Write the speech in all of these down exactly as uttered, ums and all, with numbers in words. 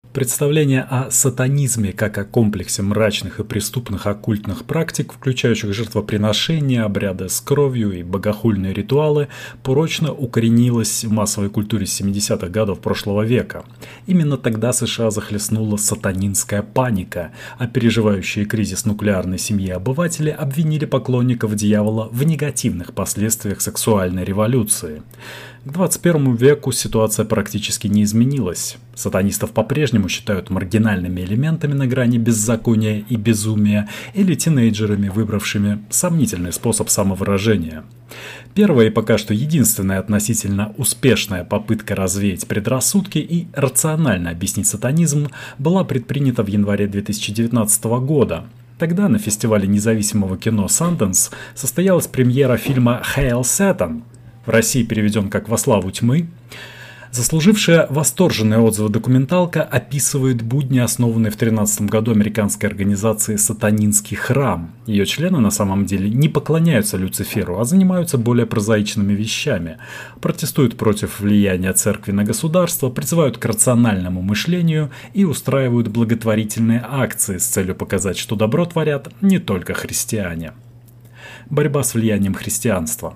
Представление о сатанизме как о комплексе мрачных и преступных оккультных практик, включающих жертвоприношения, обряды с кровью и богохульные ритуалы, прочно укоренилось в массовой культуре семидесятых годов прошлого века. Именно тогда США захлестнула сатанинская паника, а переживающие кризис нуклеарной семьи обыватели обвинили поклонников дьявола в негативных последствиях сексуальной революции. К двадцать первому веку ситуация практически не изменилась. Сатанистов по-прежнему считают маргинальными элементами на грани беззакония и безумия или тинейджерами, выбравшими сомнительный способ самовыражения. Первая и пока что единственная относительно успешная попытка развеять предрассудки и рационально объяснить сатанизм была предпринята в январе две тысячи девятнадцатого года. Тогда на фестивале независимого кино Sundance состоялась премьера фильма «Hail Satan», в России переведен как «Во славу тьмы». Заслужившая восторженные отзывы документалка описывает будни, основанной в две тысячи тринадцатом году американской организации «Сатанинский храм». Ее члены на самом деле не поклоняются Люциферу, а занимаются более прозаичными вещами. Протестуют против влияния церкви на государство, призывают к рациональному мышлению и устраивают благотворительные акции с целью показать, что добро творят не только христиане. Борьба с влиянием христианства.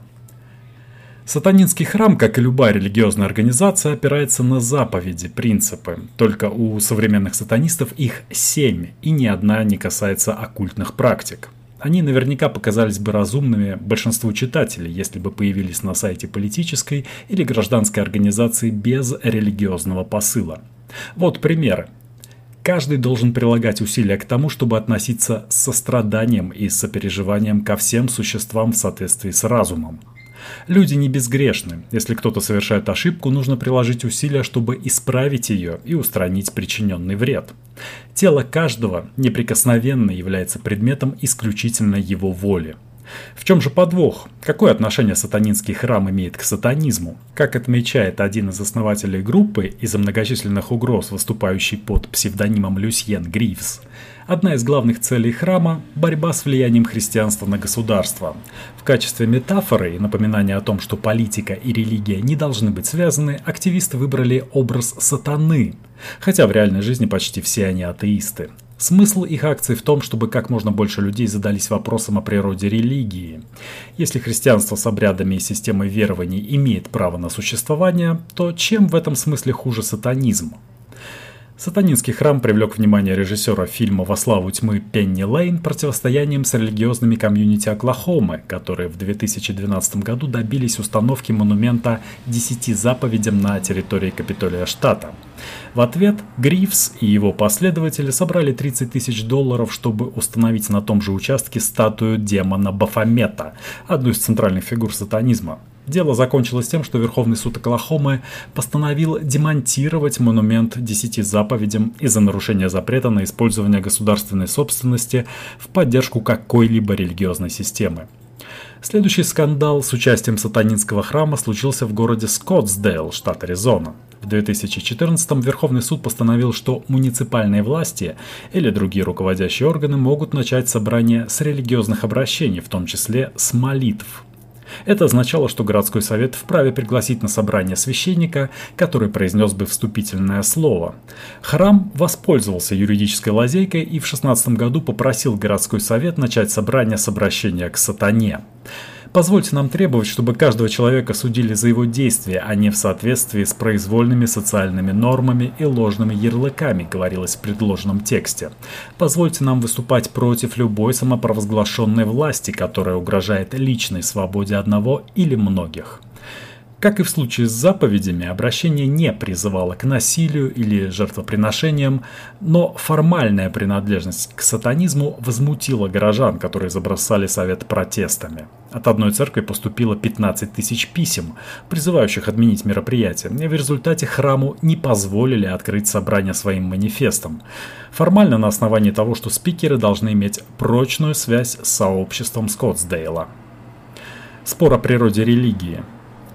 Сатанинский храм, как и любая религиозная организация, опирается на заповеди, принципы. Только у современных сатанистов их семь, и ни одна не касается оккультных практик. Они наверняка показались бы разумными большинству читателей, если бы появились на сайте политической или гражданской организации без религиозного посыла. Вот примеры. Каждый должен прилагать усилия к тому, чтобы относиться с состраданием и сопереживанием ко всем существам в соответствии с разумом. Люди не безгрешны. Если кто-то совершает ошибку, нужно приложить усилия, чтобы исправить ее и устранить причиненный вред. Тело каждого неприкосновенно является предметом исключительно его воли. В чем же подвох? Какое отношение сатанинский храм имеет к сатанизму? Как отмечает один из основателей группы из-за многочисленных угроз, выступающий под псевдонимом Люсьен Гривс, одна из главных целей храма – борьба с влиянием христианства на государство. В качестве метафоры и напоминания о том, что политика и религия не должны быть связаны, активисты выбрали образ сатаны, хотя в реальной жизни почти все они атеисты. Смысл их акций в том, чтобы как можно больше людей задались вопросом о природе религии. Если христианство с обрядами и системой верований имеет право на существование, то чем в этом смысле хуже сатанизм? Сатанинский храм привлек внимание режиссера фильма «Во славу тьмы» Пенни Лейн противостоянием с религиозными комьюнити Оклахомы, которые в две тысячи двенадцатом году добились установки монумента десяти заповедям на территории Капитолия штата. В ответ Гривс и его последователи собрали тридцать тысяч долларов, чтобы установить на том же участке статую демона Бафомета, одну из центральных фигур сатанизма. Дело закончилось тем, что Верховный суд Оклахомы постановил демонтировать монумент десяти заповедям из-за нарушения запрета на использование государственной собственности в поддержку какой-либо религиозной системы. Следующий скандал с участием сатанинского храма случился в городе Скоттсдейл, штат Аризона. В две тысячи четырнадцатом Верховный суд постановил, что муниципальные власти или другие руководящие органы могут начать собрание с религиозных обращений, в том числе с молитв. Это означало, что городской совет вправе пригласить на собрание священника, который произнес бы вступительное слово. Храм воспользовался юридической лазейкой и в две тысячи шестнадцатом году попросил городской совет начать собрание с обращения к сатане. Позвольте нам требовать, чтобы каждого человека судили за его действия, а не в соответствии с произвольными социальными нормами и ложными ярлыками, говорилось в предложенном тексте. Позвольте нам выступать против любой самопровозглашенной власти, которая угрожает личной свободе одного или многих. Как и в случае с заповедями, обращение не призывало к насилию или жертвоприношениям, но формальная принадлежность к сатанизму возмутила горожан, которые забросали совет протестами. От одной церкви поступило пятнадцать тысяч писем, призывающих отменить мероприятие, и в результате храму не позволили открыть собрание своим манифестом. Формально на основании того, что спикеры должны иметь прочную связь с сообществом Скоттсдейла. Спор о природе религии.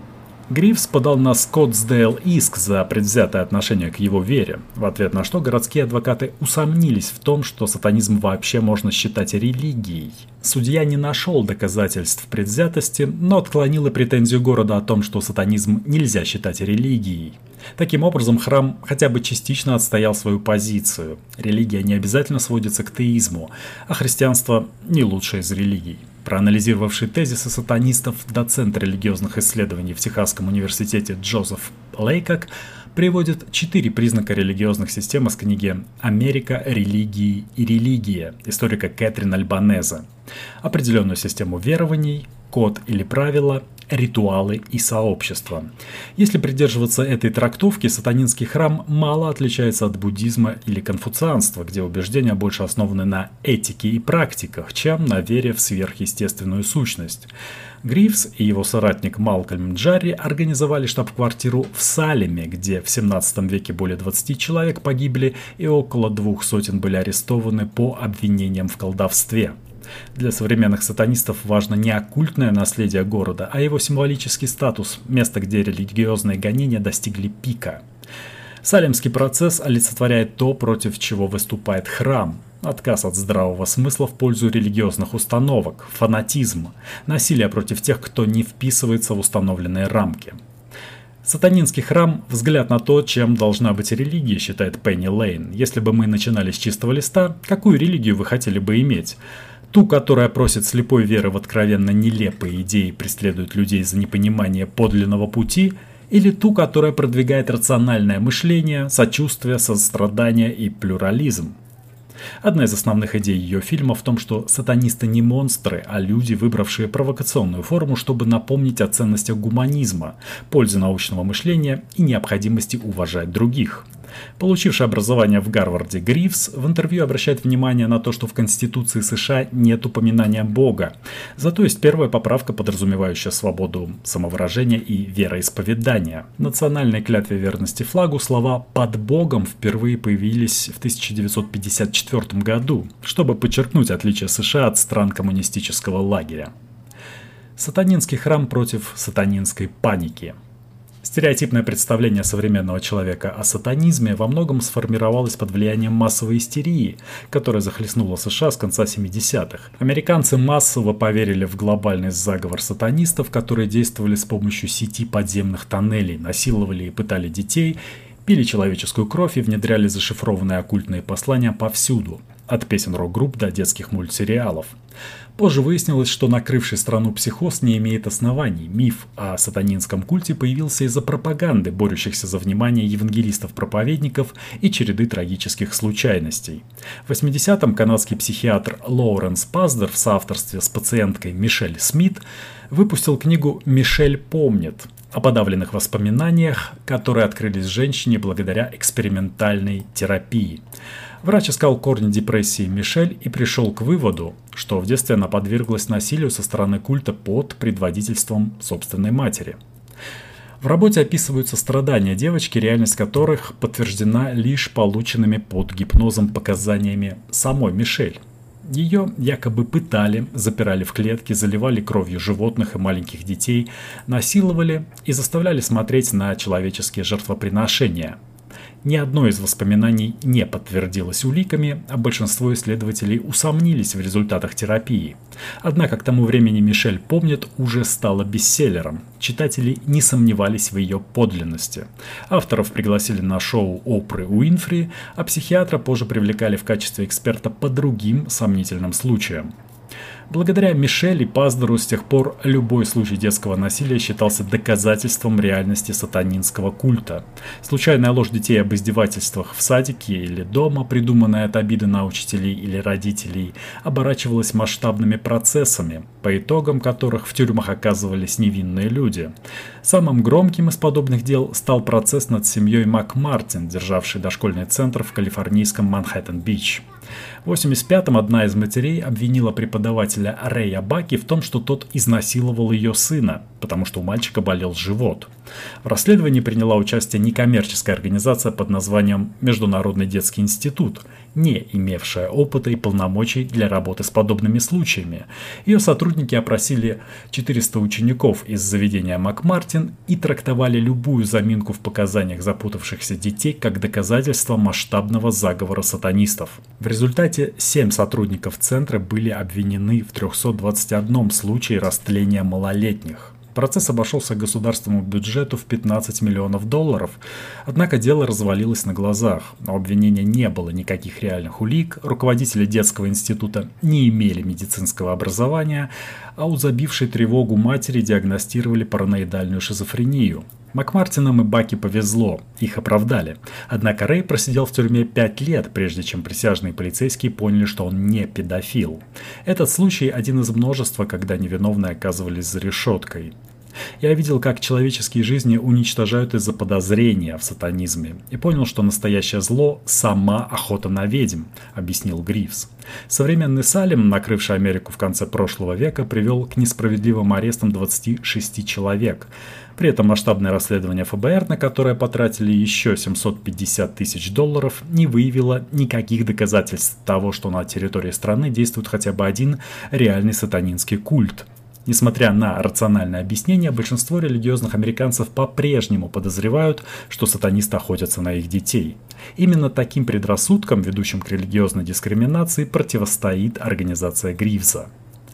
Гривс подал на Скоттсдейл иск за предвзятое отношение к его вере, в ответ на что городские адвокаты усомнились в том, что сатанизм вообще можно считать религией. Судья не нашел доказательств предвзятости, но отклонил и претензию города о том, что сатанизм нельзя считать религией. Таким образом, храм хотя бы частично отстоял свою позицию. Религия не обязательно сводится к теизму, а христианство не лучшее из религий. Проанализировавший тезисы сатанистов доцент религиозных исследований в Техасском университете Джозеф Лейкок приводит четыре признака религиозных систем из книги «Америка, религии и религия» историка Кэтрин Альбанезе. Определенную систему верований, код или правила, ритуалы и сообщества. Если придерживаться этой трактовки, сатанинский храм мало отличается от буддизма или конфуцианства, где убеждения больше основаны на этике и практиках, чем на вере в сверхъестественную сущность. Гривс и его соратник Малкольм Джарри организовали штаб-квартиру в Салеме, где в семнадцатом веке более двадцати человек погибли и около двух сотен были арестованы по обвинениям в колдовстве. Для современных сатанистов важно не оккультное наследие города, а его символический статус, место, где религиозные гонения достигли пика. Салемский процесс олицетворяет то, против чего выступает храм. Отказ от здравого смысла в пользу религиозных установок, фанатизм, насилие против тех, кто не вписывается в установленные рамки. Сатанинский храм – взгляд на то, чем должна быть религия, считает Пенни Лейн. Если бы мы начинали с чистого листа, какую религию вы хотели бы иметь? Ту, которая просит слепой веры в откровенно нелепые идеи, преследует людей за непонимание подлинного пути, или ту, которая продвигает рациональное мышление, сочувствие, сострадание и плюрализм? Одна из основных идей ее фильма в том, что сатанисты не монстры, а люди, выбравшие провокационную форму, чтобы напомнить о ценностях гуманизма, пользе научного мышления и необходимости уважать других. Получивший образование в Гарварде Гривс в интервью обращает внимание на то, что в Конституции США нет упоминания Бога. Зато есть первая поправка, подразумевающая свободу самовыражения и вероисповедания. В национальной клятве верности флагу слова «под Богом» впервые появились в тысяча девятьсот пятьдесят четвёртом году, чтобы подчеркнуть отличие США от стран коммунистического лагеря. Сатанинский храм против сатанинской паники. Стереотипное представление современного человека о сатанизме во многом сформировалось под влиянием массовой истерии, которая захлестнула США с конца семидесятых. Американцы массово поверили в глобальный заговор сатанистов, которые действовали с помощью сети подземных тоннелей, насиловали и пытали детей, пили человеческую кровь и внедряли зашифрованные оккультные послания повсюду, от песен рок-групп до детских мультсериалов. Позже выяснилось, что накрывший страну психоз не имеет оснований. Миф о сатанинском культе появился из-за пропаганды, борющихся за внимание евангелистов-проповедников и череды трагических случайностей. В восьмидесятом канадский психиатр Лоуренс Паздер в соавторстве с пациенткой Мишель Смит выпустил книгу «Мишель помнит» о подавленных воспоминаниях, которые открылись женщине благодаря экспериментальной терапии. Врач искал корни депрессии Мишель и пришел к выводу, что в детстве она подверглась насилию со стороны культа под предводительством собственной матери. В работе описываются страдания девочки, реальность которых подтверждена лишь полученными под гипнозом показаниями самой Мишель. Ее якобы пытали, запирали в клетки, заливали кровью животных и маленьких детей, насиловали и заставляли смотреть на человеческие жертвоприношения. Ни одно из воспоминаний не подтвердилось уликами, а большинство исследователей усомнились в результатах терапии. Однако к тому времени «Мишель помнит» уже стала бестселлером. Читатели не сомневались в ее подлинности. Авторов пригласили на шоу Опры Уинфри, а психиатра позже привлекали в качестве эксперта по другим сомнительным случаям. Благодаря Мишель и Паздеру с тех пор любой случай детского насилия считался доказательством реальности сатанинского культа. Случайная ложь детей об издевательствах в садике или дома, придуманная от обиды на учителей или родителей, оборачивалась масштабными процессами, по итогам которых в тюрьмах оказывались невинные люди. Самым громким из подобных дел стал процесс над семьей Макмартин, державшей дошкольный центр в калифорнийском Манхэттен-Бич. В восемьдесят пятом одна из матерей обвинила преподавателя Рэя Баки в том, что тот изнасиловал ее сына, потому что у мальчика болел живот. В расследовании приняла участие некоммерческая организация под названием Международный детский институт, не имевшая опыта и полномочий для работы с подобными случаями. Ее сотрудники опросили четыреста учеников из заведения Макмартин и трактовали любую заминку в показаниях запутавшихся детей как доказательство масштабного заговора сатанистов. В результате семь сотрудников центра были обвинены в трёхстах двадцати одном случае растления малолетних. Процесс обошелся государственному бюджету в пятнадцать миллионов долларов, однако дело развалилось на глазах. У обвинения не было никаких реальных улик, руководители детского института не имели медицинского образования, а у забившей тревогу матери диагностировали параноидальную шизофрению. Макмартинам и Баки повезло, их оправдали. Однако Рэй просидел в тюрьме пять лет, прежде чем присяжные полицейские поняли, что он не педофил. Этот случай один из множества, когда невиновные оказывались за решеткой. Я видел, как человеческие жизни уничтожают из-за подозрения в сатанизме, и понял, что настоящее зло – сама охота на ведьм, объяснил Гривз. Современный Салем, накрывший Америку в конце прошлого века, привел к несправедливым арестам двадцати шести человек. При этом масштабное расследование эф бэ эр, на которое потратили еще семьсот пятьдесят тысяч долларов, не выявило никаких доказательств того, что на территории страны действует хотя бы один реальный сатанинский культ. Несмотря на рациональное объяснение, большинство религиозных американцев по-прежнему подозревают, что сатанисты охотятся на их детей. Именно таким предрассудкам, ведущим к религиозной дискриминации, противостоит организация Гривза.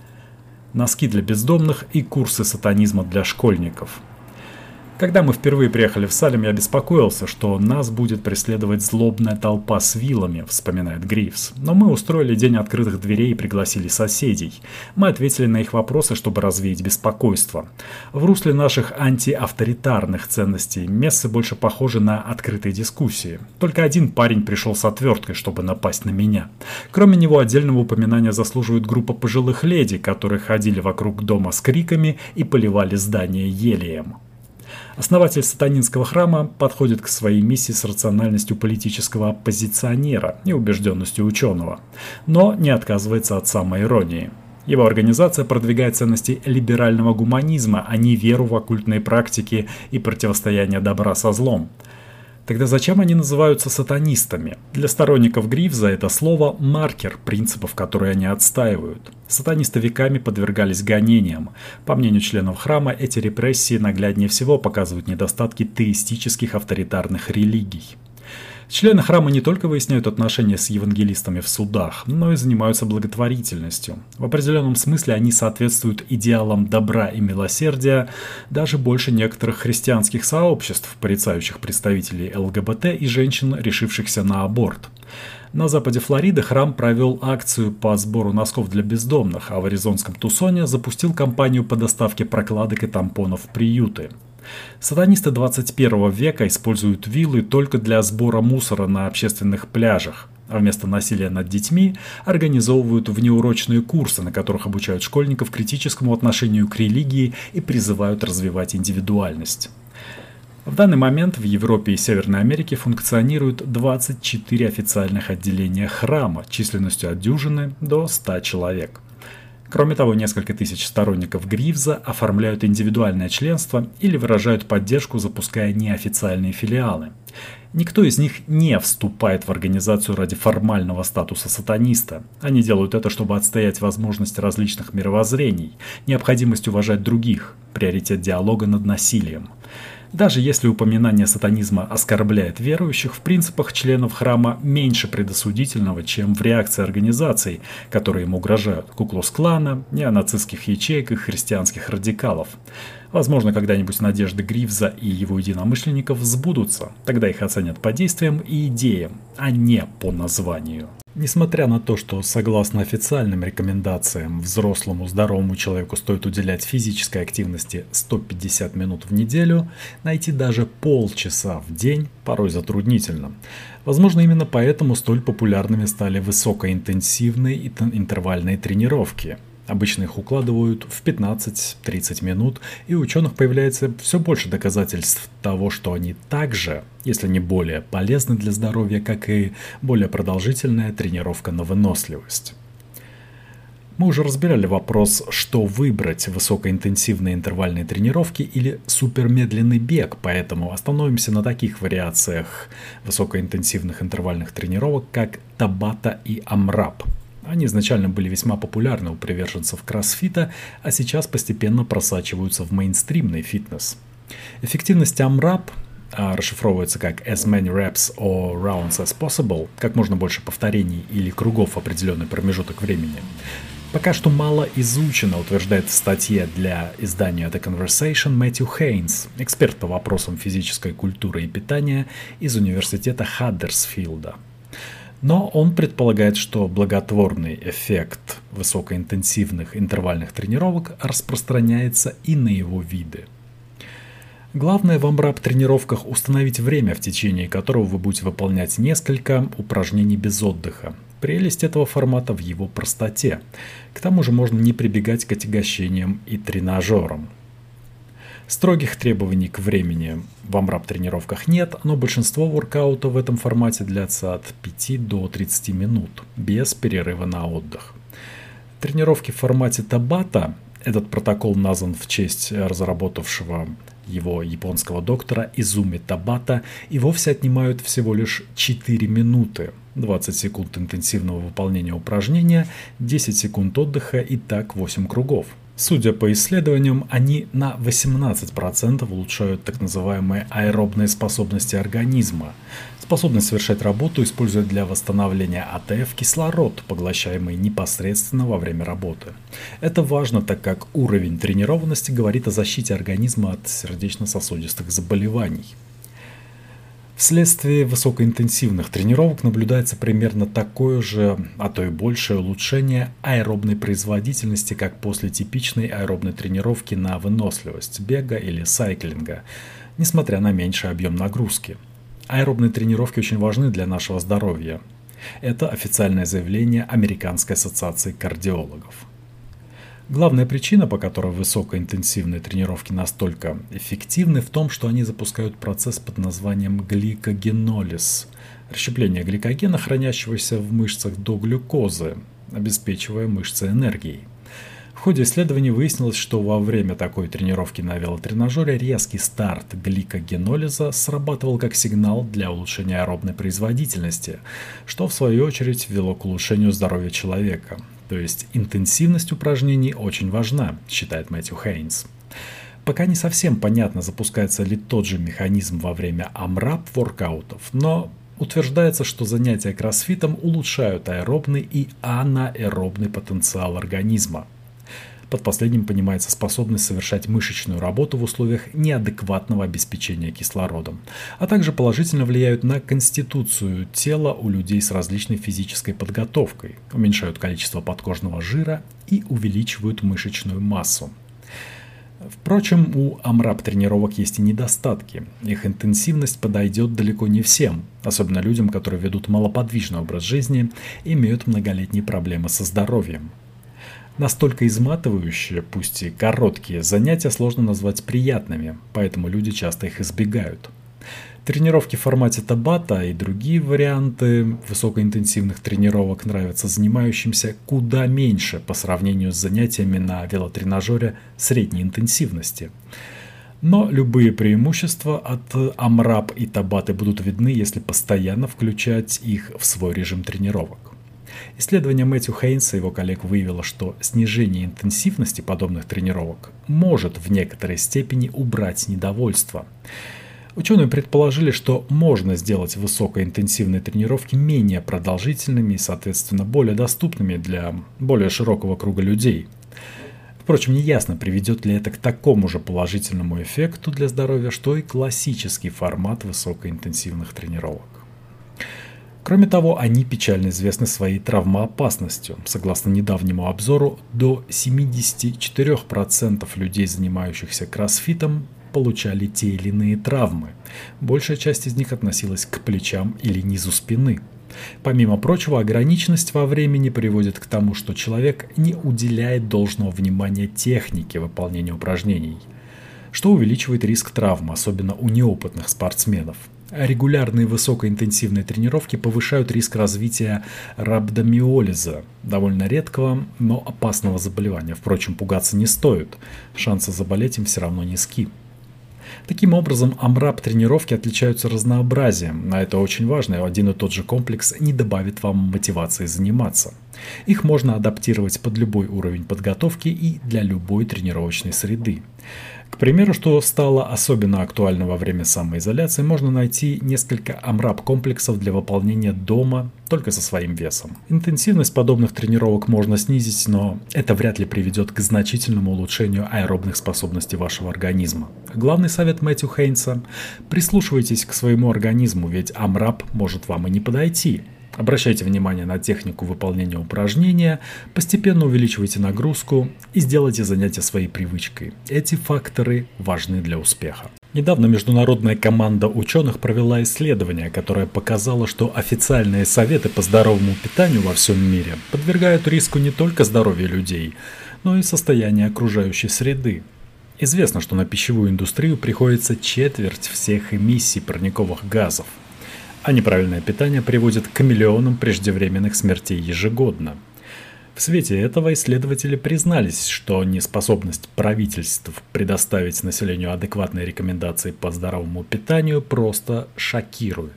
Носки для бездомных и курсы сатанизма для школьников. Когда мы впервые приехали в Салем, я беспокоился, что нас будет преследовать злобная толпа с вилами, вспоминает Гривз. Но мы устроили день открытых дверей и пригласили соседей. Мы ответили на их вопросы, чтобы развеять беспокойство. В русле наших антиавторитарных ценностей мессы больше похожи на открытые дискуссии. Только один парень пришел с отверткой, чтобы напасть на меня. Кроме него отдельного упоминания заслуживает группа пожилых леди, которые ходили вокруг дома с криками и поливали здание елеем. Основатель сатанинского храма подходит к своей миссии с рациональностью политического оппозиционера и убежденностью ученого, но не отказывается от самоиронии. Его организация продвигает ценности либерального гуманизма, а не веру в оккультные практики и противостояние добра со злом. Тогда зачем они называются сатанистами? Для сторонников Гривза это слово – маркер принципов, которые они отстаивают. Сатанисты веками подвергались гонениям. По мнению членов храма, эти репрессии нагляднее всего показывают недостатки теистических авторитарных религий. Члены храма не только выясняют отношения с евангелистами в судах, но и занимаются благотворительностью. В определенном смысле они соответствуют идеалам добра и милосердия даже больше некоторых христианских сообществ, порицающих представителей эл гэ бэ тэ и женщин, решившихся на аборт. На западе Флориды храм провел акцию по сбору носков для бездомных, а в аризонском Тусоне запустил кампанию по доставке прокладок и тампонов в приюты. Сатанисты двадцать первого века используют виллы только для сбора мусора на общественных пляжах, а вместо насилия над детьми организовывают внеурочные курсы, на которых обучают школьников критическому отношению к религии и призывают развивать индивидуальность. В данный момент в Европе и Северной Америке функционируют двадцать четыре официальных отделения храма численностью от дюжины до ста человек. Кроме того, несколько тысяч сторонников Гривза оформляют индивидуальное членство или выражают поддержку, запуская неофициальные филиалы. Никто из них не вступает в организацию ради формального статуса сатаниста. Они делают это, чтобы отстоять возможность различных мировоззрений, необходимость уважать других, приоритет диалога над насилием. Даже если упоминание сатанизма оскорбляет верующих, в принципах членов храма меньше предосудительного, чем в реакции организаций, которые им угрожают: Ку-Клукс-Клана, неонацистских ячеек и христианских радикалов. Возможно, когда-нибудь надежды Гривза и его единомышленников сбудутся, тогда их оценят по действиям и идеям, а не по названию. Несмотря на то, что согласно официальным рекомендациям взрослому здоровому человеку стоит уделять физической активности сто пятьдесят минут в неделю, найти даже полчаса в день порой затруднительно. Возможно, именно поэтому столь популярными стали высокоинтенсивные интервальные тренировки. Обычно их укладывают в пятнадцать-тридцать минут, и у ученых появляется все больше доказательств того, что они также, если не более полезны для здоровья, как и более продолжительная тренировка на выносливость. Мы уже разбирали вопрос, что выбрать – высокоинтенсивные интервальные тренировки или супермедленный бег, поэтому остановимся на таких вариациях высокоинтенсивных интервальных тренировок, как Табата и Амрап. Они изначально были весьма популярны у приверженцев кроссфита, а сейчас постепенно просачиваются в мейнстримный фитнес. Эффективность Амрап расшифровывается как as many reps or rounds as possible, как можно больше повторений или кругов в определенный промежуток времени. Пока что мало изучено, утверждает в статье для издания The Conversation Мэтью Хейнс, эксперт по вопросам физической культуры и питания из университета Хаддерсфилда. Но он предполагает, что благотворный эффект высокоинтенсивных интервальных тренировок распространяется и на его виды. Главное в амрап-тренировках установить время, в течение которого вы будете выполнять несколько упражнений без отдыха. Прелесть этого формата в его простоте. К тому же можно не прибегать к отягощениям и тренажерам. Строгих требований к времени в амрап-тренировках нет, но большинство воркаутов в этом формате длятся от пяти до тридцати минут, без перерыва на отдых. Тренировки в формате табата, этот протокол назван в честь разработавшего его японского доктора Изуми Табата, и вовсе отнимают всего лишь четыре минуты, двадцать секунд интенсивного выполнения упражнения, десять секунд отдыха и так восемь кругов. Судя по исследованиям, они на восемнадцать процентов улучшают так называемые аэробные способности организма, способность совершать работу, используя для восстановления АТФ кислород, поглощаемый непосредственно во время работы. Это важно, так как уровень тренированности говорит о защите организма от сердечно-сосудистых заболеваний. Вследствие высокоинтенсивных тренировок наблюдается примерно такое же, а то и большее улучшение аэробной производительности, как после типичной аэробной тренировки на выносливость, бега или сайклинга, несмотря на меньший объем нагрузки. Аэробные тренировки очень важны для нашего здоровья. Это официальное заявление Американской ассоциации кардиологов. Главная причина, по которой высокоинтенсивные тренировки настолько эффективны, в том, что они запускают процесс под названием гликогенолиз – расщепление гликогена, хранящегося в мышцах до глюкозы, обеспечивая мышцы энергией. В ходе исследований выяснилось, что во время такой тренировки на велотренажере резкий старт гликогенолиза срабатывал как сигнал для улучшения аэробной производительности, что в свою очередь вело к улучшению здоровья человека. То есть интенсивность упражнений очень важна, считает Мэтью Хейнс. Пока не совсем понятно, запускается ли тот же механизм во время амрап-воркаутов, но утверждается, что занятия кроссфитом улучшают аэробный и анаэробный потенциал организма. Под последним понимается способность совершать мышечную работу в условиях неадекватного обеспечения кислородом, а также положительно влияют на конституцию тела у людей с различной физической подготовкой, уменьшают количество подкожного жира и увеличивают мышечную массу. Впрочем, у амрап-тренировок есть и недостатки. Их интенсивность подойдет далеко не всем, особенно людям, которые ведут малоподвижный образ жизни и имеют многолетние проблемы со здоровьем. Настолько изматывающие, пусть и короткие, занятия сложно назвать приятными, поэтому люди часто их избегают. Тренировки в формате табата и другие варианты высокоинтенсивных тренировок нравятся занимающимся куда меньше по сравнению с занятиями на велотренажере средней интенсивности. Но любые преимущества от амрап и табаты будут видны, если постоянно включать их в свой режим тренировок. Исследование Мэтью Хейнса и его коллег выявило, что снижение интенсивности подобных тренировок может в некоторой степени убрать недовольство. Ученые предположили, что можно сделать высокоинтенсивные тренировки менее продолжительными и, соответственно, более доступными для более широкого круга людей. Впрочем, неясно, приведет ли это к такому же положительному эффекту для здоровья, что и классический формат высокоинтенсивных тренировок. Кроме того, они печально известны своей травмоопасностью. Согласно недавнему обзору, до семьдесят четыре процента людей, занимающихся кроссфитом, получали те или иные травмы. Большая часть из них относилась к плечам или низу спины. Помимо прочего, ограниченность во времени приводит к тому, что человек не уделяет должного внимания технике выполнения упражнений, что увеличивает риск травм, особенно у неопытных спортсменов. Регулярные высокоинтенсивные тренировки повышают риск развития рhabdomyolиза, довольно редкого, но опасного заболевания. Впрочем, пугаться не стоит, шансы заболеть им все равно низки. Таким образом, амрап-тренировки отличаются разнообразием, а это очень важно, и один и тот же комплекс не добавит вам мотивации заниматься. Их можно адаптировать под любой уровень подготовки и для любой тренировочной среды. К примеру, что стало особенно актуально во время самоизоляции, можно найти несколько амрап-комплексов для выполнения дома только со своим весом. Интенсивность подобных тренировок можно снизить, но это вряд ли приведет к значительному улучшению аэробных способностей вашего организма. Главный совет Мэтью Хейнса – прислушивайтесь к своему организму, ведь амрап может вам и не подойти. Обращайте внимание на технику выполнения упражнения, постепенно увеличивайте нагрузку и сделайте занятия своей привычкой. Эти факторы важны для успеха. Недавно международная команда ученых провела исследование, которое показало, что официальные советы по здоровому питанию во всем мире подвергают риску не только здоровья людей, но и состояние окружающей среды. Известно, что на пищевую индустрию приходится четверть всех эмиссий парниковых газов. А неправильное питание приводит к миллионам преждевременных смертей ежегодно. В свете этого исследователи признались, что неспособность правительств предоставить населению адекватные рекомендации по здоровому питанию просто шокирует.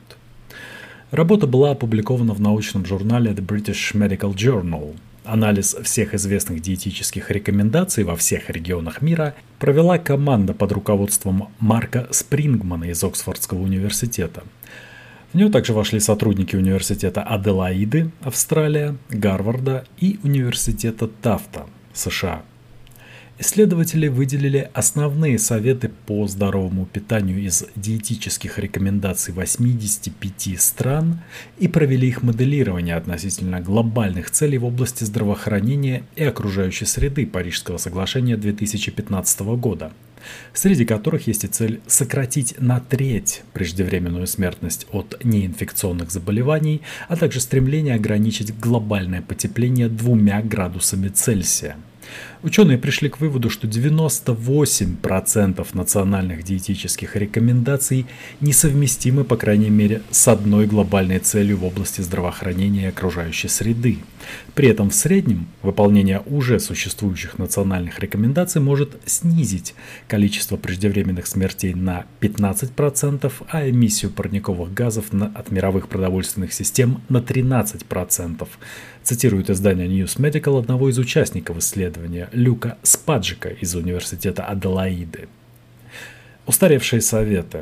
Работа была опубликована в научном журнале The British Medical Journal. Анализ всех известных диетических рекомендаций во всех регионах мира провела команда под руководством Марка Спрингмана из Оксфордского университета. В нее также вошли сотрудники университета Аделаиды, Австралия, Гарварда и университета Тафта, США. Исследователи выделили основные советы по здоровому питанию из диетических рекомендаций восьмидесяти пяти стран и провели их моделирование относительно глобальных целей в области здравоохранения и окружающей среды Парижского соглашения две тысячи пятнадцатого года, среди которых есть и цель сократить на треть преждевременную смертность от неинфекционных заболеваний, а также стремление ограничить глобальное потепление двумя градусами Цельсия. Ученые пришли к выводу, что девяносто восемь процентов национальных диетических рекомендаций несовместимы, по крайней мере, с одной глобальной целью в области здравоохранения и окружающей среды. При этом в среднем выполнение уже существующих национальных рекомендаций может снизить количество преждевременных смертей на пятнадцать процентов, а эмиссию парниковых газов на, от мировых продовольственных систем на тринадцать процентов. Цитирует издание News Medical одного из участников исследования Люка Спаджика из университета Аделаиды. Устаревшие советы.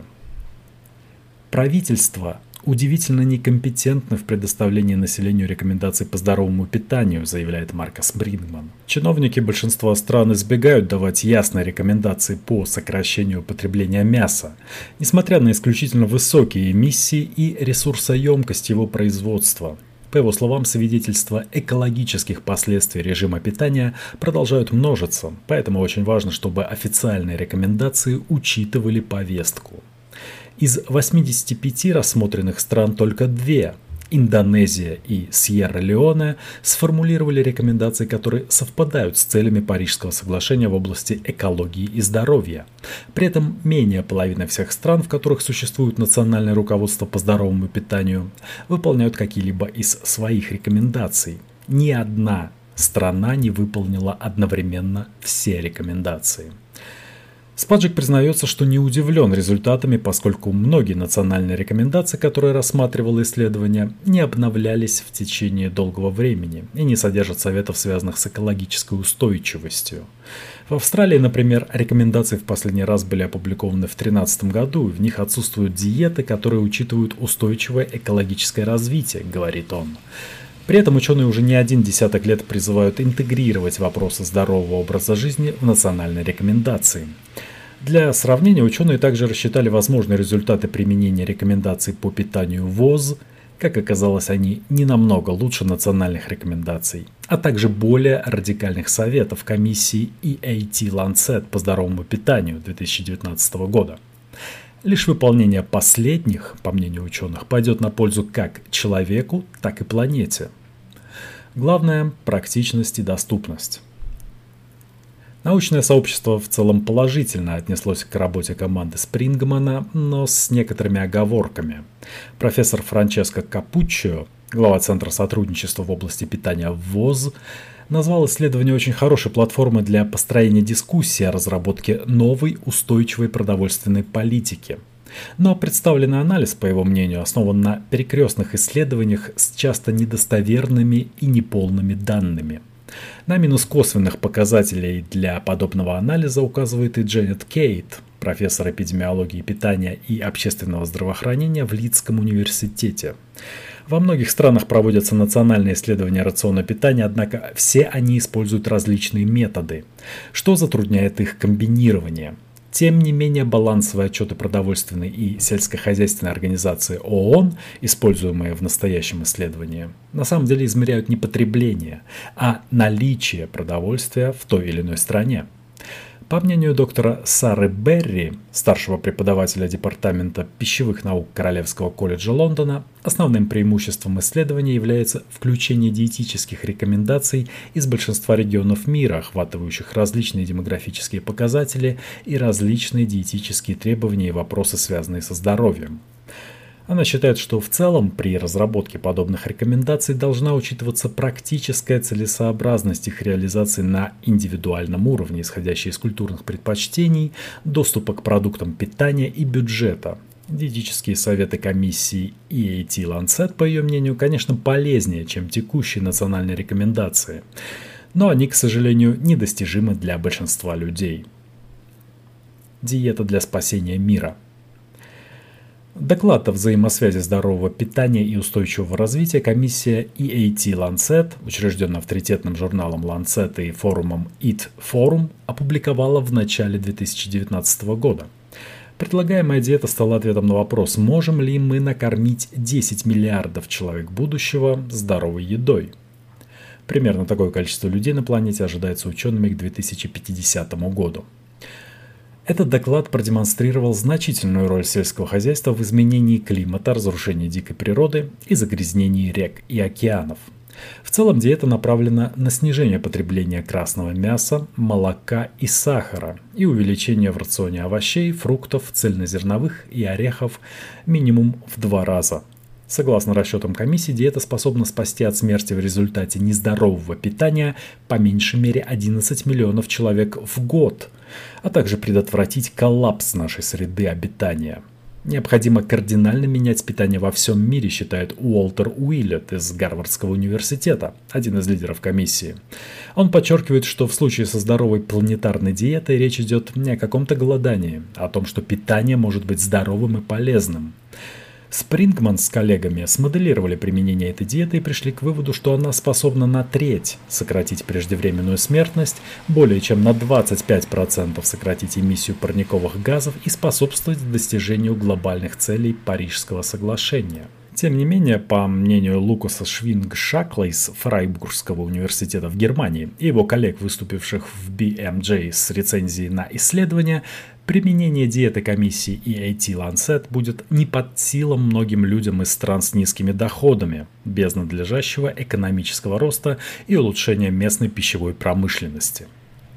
Правительство удивительно некомпетентны в предоставлении населению рекомендаций по здоровому питанию, заявляет Маркос Брингман. Чиновники большинства стран избегают давать ясные рекомендации по сокращению потребления мяса, несмотря на исключительно высокие эмиссии и ресурсоемкость его производства. По его словам, свидетельства экологических последствий режима питания продолжают множиться, поэтому очень важно, чтобы официальные рекомендации учитывали повестку. Из восьмидесяти пяти рассмотренных стран только две – Индонезия и Сьерра-Леоне – сформулировали рекомендации, которые совпадают с целями Парижского соглашения в области экологии и здоровья. При этом менее половины всех стран, в которых существует национальное руководство по здоровому питанию, выполняют какие-либо из своих рекомендаций. Ни одна страна не выполнила одновременно все рекомендации. Спаджик признается, что не удивлен результатами, поскольку многие национальные рекомендации, которые рассматривало исследование, не обновлялись в течение долгого времени и не содержат советов, связанных с экологической устойчивостью. В Австралии, например, рекомендации в последний раз были опубликованы в две тысячи тринадцатом году, и в них отсутствуют диеты, которые учитывают устойчивое экологическое развитие, говорит он. При этом ученые уже не один десяток лет призывают интегрировать вопросы здорового образа жизни в национальные рекомендации. Для сравнения, ученые также рассчитали возможные результаты применения рекомендаций по питанию ВОЗ. Как оказалось, они не намного лучше национальных рекомендаций, а также более радикальных советов комиссии и эй ти Lancet по здоровому питанию две тысячи девятнадцатого года. Лишь выполнение последних, по мнению ученых, пойдет на пользу как человеку, так и планете. Главное – практичность и доступность. Научное сообщество в целом положительно отнеслось к работе команды Спрингмана, но с некоторыми оговорками. Профессор Франческо Капуччио, глава Центра сотрудничества в области питания в ВОЗ, назвал исследование очень хорошей платформой для построения дискуссии о разработке новой устойчивой продовольственной политики. Но представленный анализ, по его мнению, основан на перекрестных исследованиях с часто недостоверными и неполными данными. На минус косвенных показателей для подобного анализа указывает и Дженнет Кейт, профессор эпидемиологии питания и общественного здравоохранения в Лидском университете. Во многих странах проводятся национальные исследования рациона питания, однако все они используют различные методы, что затрудняет их комбинирование. Тем не менее, балансовые отчеты продовольственной и сельскохозяйственной организации ООН, используемые в настоящем исследовании, на самом деле измеряют не потребление, а наличие продовольствия в той или иной стране. По мнению доктора Сары Берри, старшего преподавателя Департамента пищевых наук Королевского колледжа Лондона, основным преимуществом исследования является включение диетических рекомендаций из большинства регионов мира, охватывающих различные демографические показатели и различные диетические требования и вопросы, связанные со здоровьем. Она считает, что в целом при разработке подобных рекомендаций должна учитываться практическая целесообразность их реализации на индивидуальном уровне, исходящая из культурных предпочтений, доступа к продуктам питания и бюджета. Диетические советы комиссии и эй ти Lancet, по ее мнению, конечно, полезнее, чем текущие национальные рекомендации, но они, к сожалению, недостижимы для большинства людей. Диета для спасения мира. Доклад о взаимосвязи здорового питания и устойчивого развития комиссия и эй ти Lancet, учрежденная авторитетным журналом Lancet и форумом Eat Forum, опубликовала в начале две тысячи девятнадцатого года. Предлагаемая диета стала ответом на вопрос, можем ли мы накормить десять миллиардов человек будущего здоровой едой. Примерно такое количество людей на планете ожидается учеными к две тысячи пятидесятому году. Этот доклад продемонстрировал значительную роль сельского хозяйства в изменении климата, разрушении дикой природы и загрязнении рек и океанов. В целом диета направлена на снижение потребления красного мяса, молока и сахара и увеличение в рационе овощей, фруктов, цельнозерновых и орехов минимум в два раза. Согласно расчетам комиссии, диета способна спасти от смерти в результате нездорового питания по меньшей мере одиннадцать миллионов человек в год, а также предотвратить коллапс нашей среды обитания. Необходимо кардинально менять питание во всем мире, считает Уолтер Уиллет из Гарвардского университета, один из лидеров комиссии. Он подчеркивает, что в случае со здоровой планетарной диетой речь идет не о каком-то голодании, а о том, что питание может быть здоровым и полезным. Спрингман с коллегами смоделировали применение этой диеты и пришли к выводу, что она способна на треть сократить преждевременную смертность, более чем на двадцать пять процентов сократить эмиссию парниковых газов и способствовать достижению глобальных целей Парижского соглашения. Тем не менее, по мнению Лукаса Швинг-Шакла из Фрайбургского университета в Германии и его коллег, выступивших в би эм джей с рецензией на исследование, применение диеты комиссии и эй ти Lancet будет не под силам многим людям из стран с низкими доходами, без надлежащего экономического роста и улучшения местной пищевой промышленности.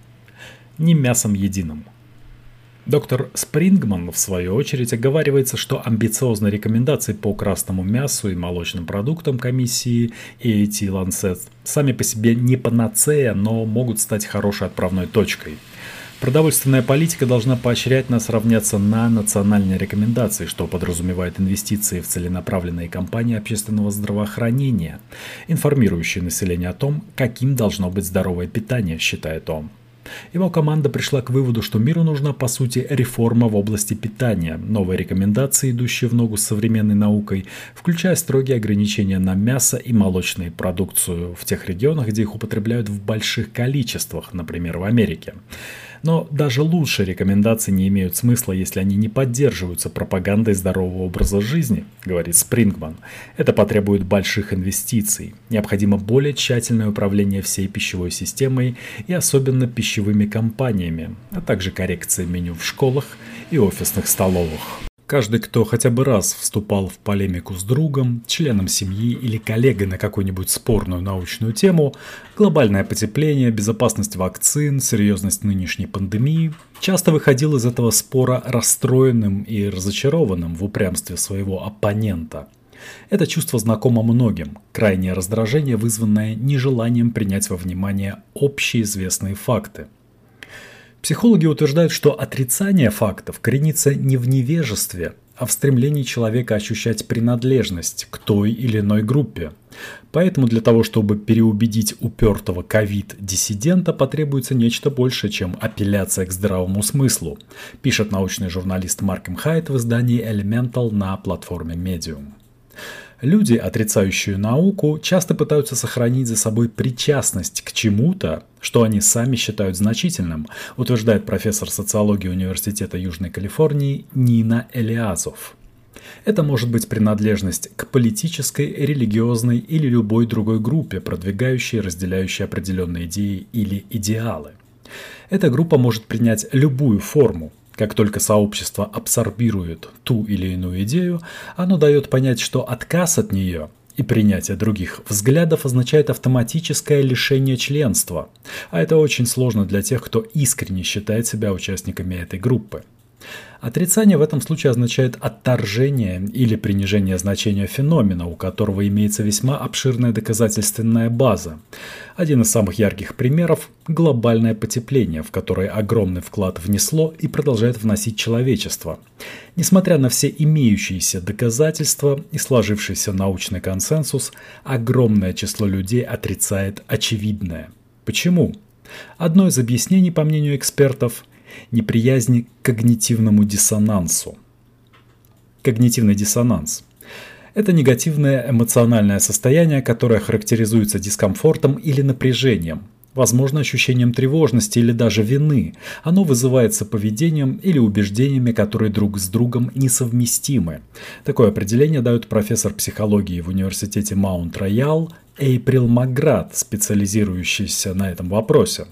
Не мясом единым. Доктор Спрингман, в свою очередь, оговаривается, что амбициозные рекомендации по красному мясу и молочным продуктам комиссии и эй ти Lancet сами по себе не панацея, но могут стать хорошей отправной точкой. Продовольственная политика должна поощрять нас равняться на национальные рекомендации, что подразумевает инвестиции в целенаправленные кампании общественного здравоохранения, информирующие население о том, каким должно быть здоровое питание, считает он. Его команда пришла к выводу, что миру нужна, по сути, реформа в области питания, новые рекомендации, идущие в ногу с современной наукой, включая строгие ограничения на мясо и молочную продукцию в тех регионах, где их употребляют в больших количествах, например, в Америке. Но даже лучшие рекомендации не имеют смысла, если они не поддерживаются пропагандой здорового образа жизни, говорит Спрингман. Это потребует больших инвестиций. Необходимо более тщательное управление всей пищевой системой и особенно пищевыми компаниями, а также коррекция меню в школах и офисных столовых. Каждый, кто хотя бы раз вступал в полемику с другом, членом семьи или коллегой на какую-нибудь спорную научную тему, глобальное потепление, безопасность вакцин, серьезность нынешней пандемии, часто выходил из этого спора расстроенным и разочарованным в упрямстве своего оппонента. Это чувство знакомо многим, крайнее раздражение, вызванное нежеланием принять во внимание общеизвестные факты. Психологи утверждают, что отрицание фактов коренится не в невежестве, а в стремлении человека ощущать принадлежность к той или иной группе. Поэтому для того, чтобы переубедить упертого ковид-диссидента, потребуется нечто большее, чем апелляция к здравому смыслу, пишет научный журналист Марком Хайт в издании Elemental на платформе Medium. Люди, отрицающие науку, часто пытаются сохранить за собой причастность к чему-то, что они сами считают значительным, утверждает профессор социологии Университета Южной Калифорнии Нина Элиазов. Это может быть принадлежность к политической, религиозной или любой другой группе, продвигающей и разделяющей определенные идеи или идеалы. Эта группа может принять любую форму. Как только сообщество абсорбирует ту или иную идею, оно дает понять, что отказ от нее и принятие других взглядов означает автоматическое лишение членства, а это очень сложно для тех, кто искренне считает себя участниками этой группы. Отрицание в этом случае означает отторжение или принижение значения феномена, у которого имеется весьма обширная доказательственная база. Один из самых ярких примеров – глобальное потепление, в которое огромный вклад внесло и продолжает вносить человечество. Несмотря на все имеющиеся доказательства и сложившийся научный консенсус, огромное число людей отрицает очевидное. Почему? Одно из объяснений, по мнению экспертов – неприязнь к когнитивному диссонансу. Когнитивный диссонанс – это негативное эмоциональное состояние, которое характеризуется дискомфортом или напряжением, возможно, ощущением тревожности или даже вины. Оно вызывается поведением или убеждениями, которые друг с другом несовместимы. Такое определение дает профессор психологии в университете Маунт-Роял Эйприл Макград, специализирующийся на этом вопросе.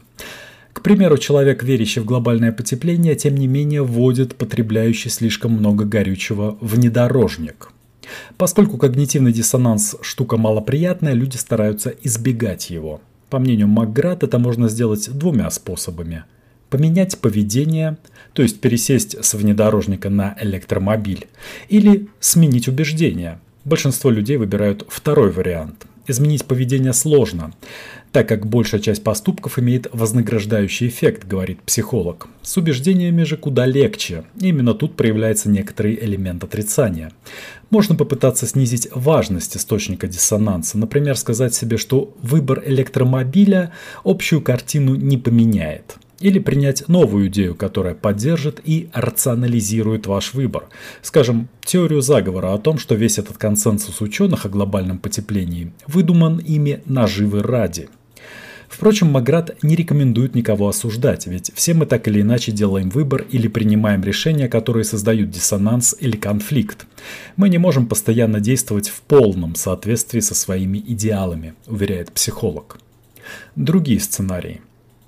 К примеру, человек, верящий в глобальное потепление, тем не менее вводит потребляющий слишком много горючего внедорожник. Поскольку когнитивный диссонанс – штука малоприятная, люди стараются избегать его. По мнению Макград, это можно сделать двумя способами. Поменять поведение, то есть пересесть с внедорожника на электромобиль, или сменить убеждения. Большинство людей выбирают второй вариант. Изменить поведение сложно, так как большая часть поступков имеет вознаграждающий эффект, говорит психолог. С убеждениями же куда легче. Именно тут проявляется некоторый элемент отрицания. Можно попытаться снизить важность источника диссонанса, например, сказать себе, что выбор электромобиля общую картину не поменяет. Или принять новую идею, которая поддержит и рационализирует ваш выбор. Скажем, теорию заговора о том, что весь этот консенсус ученых о глобальном потеплении выдуман ими наживы ради. Впрочем, Макград не рекомендует никого осуждать, ведь все мы так или иначе делаем выбор или принимаем решения, которые создают диссонанс или конфликт. Мы не можем постоянно действовать в полном соответствии со своими идеалами, уверяет психолог. Другие сценарии.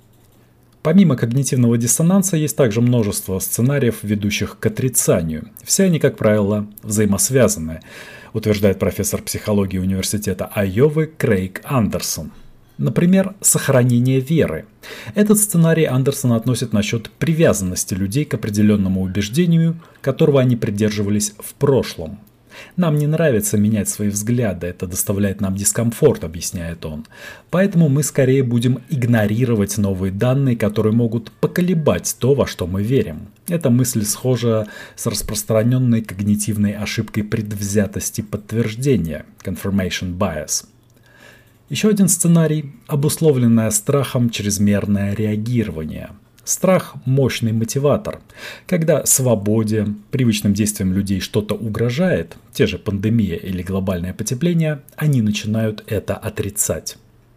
Помимо когнитивного диссонанса есть также множество сценариев, ведущих к отрицанию. Все они, как правило, взаимосвязаны, утверждает профессор психологии Университета Айовы Крейг Андерсон. Например, сохранение веры. Этот сценарий Андерсон относит насчет привязанности людей к определенному убеждению, которого они придерживались в прошлом. Нам не нравится менять свои взгляды, это доставляет нам дискомфорт, объясняет он. Поэтому мы скорее будем игнорировать новые данные, которые могут поколебать то, во что мы верим. Эта мысль схожа с распространенной когнитивной ошибкой предвзятости подтверждения, confirmation bias. Еще один сценарий – обусловленное страхом чрезмерное реагирование. Страх – мощный мотиватор. Когда свободе, привычным действиям людей что-то угрожает, те же пандемия или глобальное потепление, они начинают это отрицать.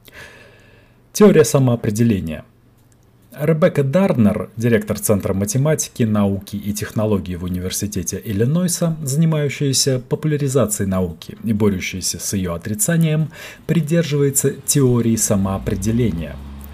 Теория самоопределения. Ребекка Дарнер, директор Центра математики, науки и технологий в Университете Иллинойса, занимающаяся популяризацией науки и борющаяся с ее отрицанием, придерживается теории самоопределения.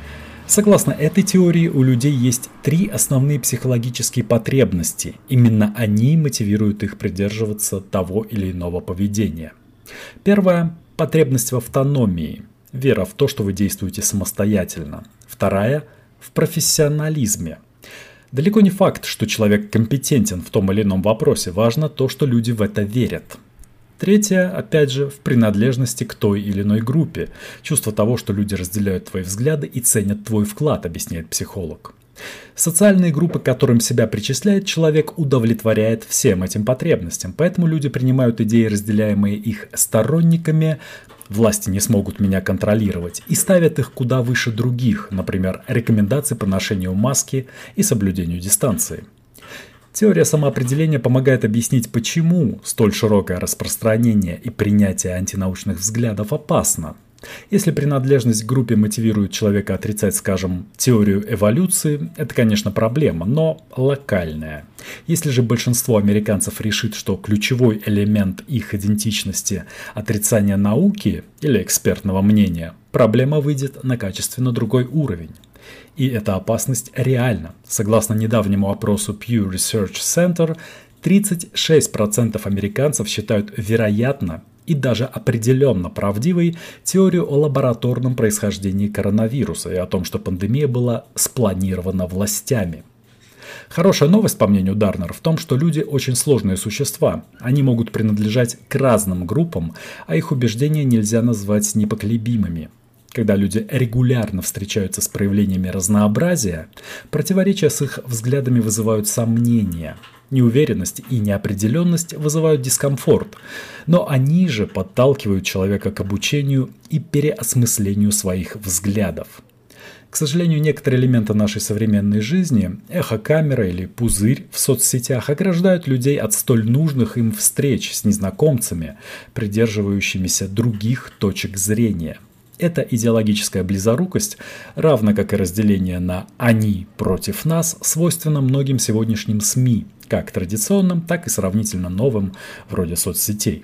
Согласно этой теории, у людей есть три основные психологические потребности. Именно они мотивируют их придерживаться того или иного поведения. Первая – потребность в автономии, вера в то, что вы действуете самостоятельно. Вторая – в профессионализме. Далеко не факт, что человек компетентен в том или ином вопросе, важно то, что люди в это верят. Третье, опять же, в принадлежности к той или иной группе. Чувство того, что люди разделяют твои взгляды и ценят твой вклад, объясняет психолог. Социальные группы, к которым себя причисляет человек, удовлетворяет всем этим потребностям, поэтому люди принимают идеи, разделяемые их сторонниками, власти не смогут меня контролировать, и ставят их куда выше других, например, рекомендации по ношению маски и соблюдению дистанции. Теория самоопределения помогает объяснить, почему столь широкое распространение и принятие антинаучных взглядов опасно. Если принадлежность к группе мотивирует человека отрицать, скажем, теорию эволюции, это, конечно, проблема, но локальная. Если же большинство американцев решит, что ключевой элемент их идентичности – отрицание науки или экспертного мнения, проблема выйдет на качественно другой уровень. И эта опасность реальна. Согласно недавнему опросу Pew Research Center, тридцать шесть процентов американцев считают вероятно и даже определенно правдивой теорию о лабораторном происхождении коронавируса и о том, что пандемия была спланирована властями. Хорошая новость, по мнению Дарнер, в том, что люди очень сложные существа. Они могут принадлежать к разным группам, а их убеждения нельзя назвать непоколебимыми. Когда люди регулярно встречаются с проявлениями разнообразия, противоречия с их взглядами вызывают сомнения. Неуверенность и неопределенность вызывают дискомфорт, но они же подталкивают человека к обучению и переосмыслению своих взглядов. К сожалению, некоторые элементы нашей современной жизни, эхокамера или пузырь в соцсетях, ограждают людей от столь нужных им встреч с незнакомцами, придерживающимися других точек зрения. Эта идеологическая близорукость, равно как и разделение на «они» против «нас», свойственна многим сегодняшним СМИ, как традиционным, так и сравнительно новым, вроде соцсетей.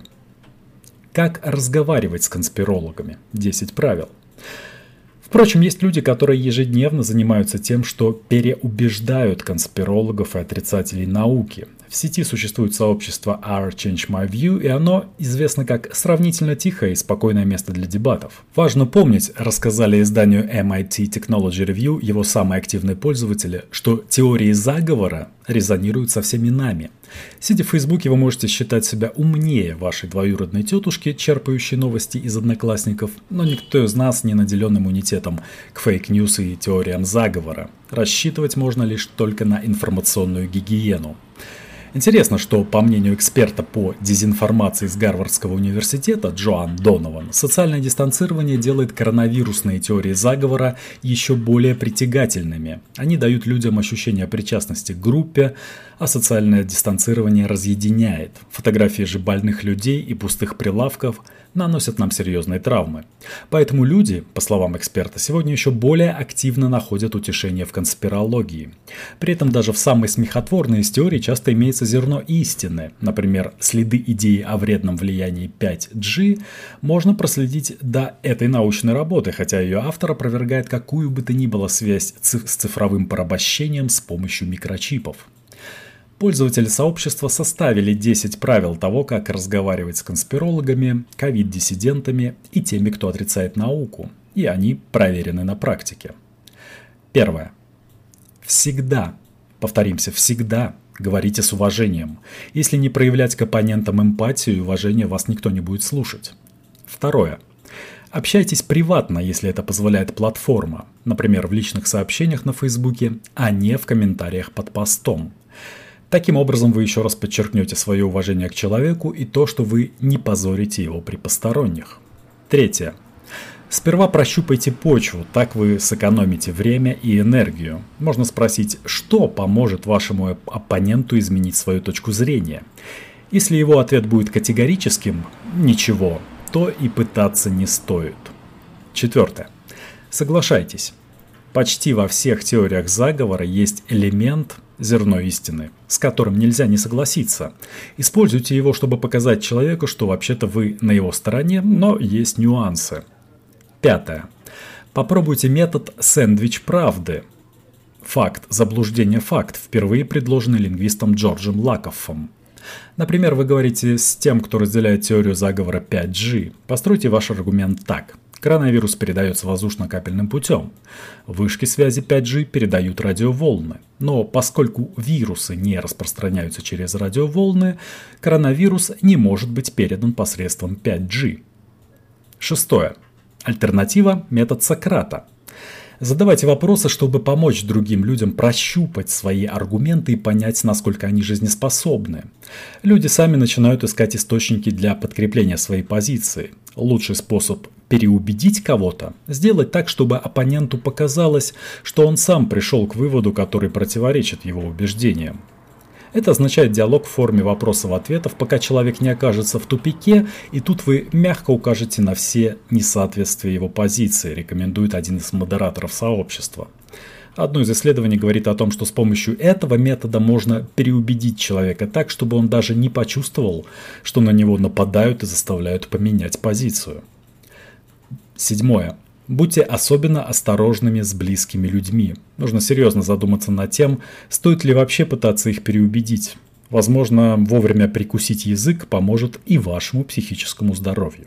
Как разговаривать с конспирологами? десять правил. Впрочем, есть люди, которые ежедневно занимаются тем, что переубеждают конспирологов и отрицателей науки. В сети существует сообщество R Change My View, и оно известно как сравнительно тихое и спокойное место для дебатов. Важно помнить, рассказали изданию эм ай ти Technology Review его самые активные пользователи, что теории заговора резонируют со всеми нами. Сидя в Фейсбуке, вы можете считать себя умнее вашей двоюродной тетушки, черпающей новости из одноклассников, но никто из нас не наделен иммунитетом к фейк-ньюс и теориям заговора. Рассчитывать можно лишь только на информационную гигиену. Интересно, что, по мнению эксперта по дезинформации из Гарвардского университета Джоан Донован, социальное дистанцирование делает коронавирусные теории заговора еще более притягательными. Они дают людям ощущение причастности к группе, а социальное дистанцирование разъединяет. Фотографии же больных людей и пустых прилавков наносят нам серьезные травмы. Поэтому люди, по словам эксперта, сегодня еще более активно находят утешение в конспирологии. При этом даже в самой смехотворной из теорий часто имеется зерно истины. Например, следы идеи о вредном влиянии пять джи можно проследить до этой научной работы, хотя ее автор опровергает какую бы то ни было связь с цифровым порабощением с помощью микрочипов. Пользователи сообщества составили десять правил того, как разговаривать с конспирологами, ковид-диссидентами и теми, кто отрицает науку, и они проверены на практике. Первое. Всегда, повторимся, всегда говорите с уважением. Если не проявлять к оппонентам эмпатию и уважение, вас никто не будет слушать. Второе. Общайтесь приватно, если это позволяет платформа, например, в личных сообщениях на Фейсбуке, а не в комментариях под постом. Таким образом, вы еще раз подчеркнете свое уважение к человеку и то, что вы не позорите его при посторонних. Третье. Сперва прощупайте почву, так вы сэкономите время и энергию. Можно спросить, что поможет вашему оппоненту изменить свою точку зрения. Если его ответ будет категорическим «ничего», то и пытаться не стоит. Четвертое. Соглашайтесь. Почти во всех теориях заговора есть элемент зерно истины, с которым нельзя не согласиться. Используйте его, чтобы показать человеку, что вообще-то вы на его стороне, но есть нюансы. Пятое. Попробуйте метод «сэндвич правды». Факт, заблуждение, факт впервые предложены лингвистом Джорджем Лакоффом. Например, вы говорите с тем, кто разделяет теорию заговора пять джи. Постройте ваш аргумент так. Коронавирус передается воздушно-капельным путем. Вышки связи пять джи передают радиоволны. Но поскольку вирусы не распространяются через радиоволны, коронавирус не может быть передан посредством пять джи. Шестое. Альтернатива – метод Сократа. Задавайте вопросы, чтобы помочь другим людям прощупать свои аргументы и понять, насколько они жизнеспособны. Люди сами начинают искать источники для подкрепления своей позиции. Лучший способ переубедить кого-то – сделать так, чтобы оппоненту показалось, что он сам пришел к выводу, который противоречит его убеждениям. Это означает диалог в форме вопросов-ответов, пока человек не окажется в тупике, и тут вы мягко укажете на все несоответствия его позиции, рекомендует один из модераторов сообщества. Одно из исследований говорит о том, что с помощью этого метода можно переубедить человека так, чтобы он даже не почувствовал, что на него нападают и заставляют поменять позицию. Седьмое. Будьте особенно осторожными с близкими людьми. Нужно серьезно задуматься над тем, стоит ли вообще пытаться их переубедить. Возможно, вовремя прикусить язык поможет и вашему психическому здоровью.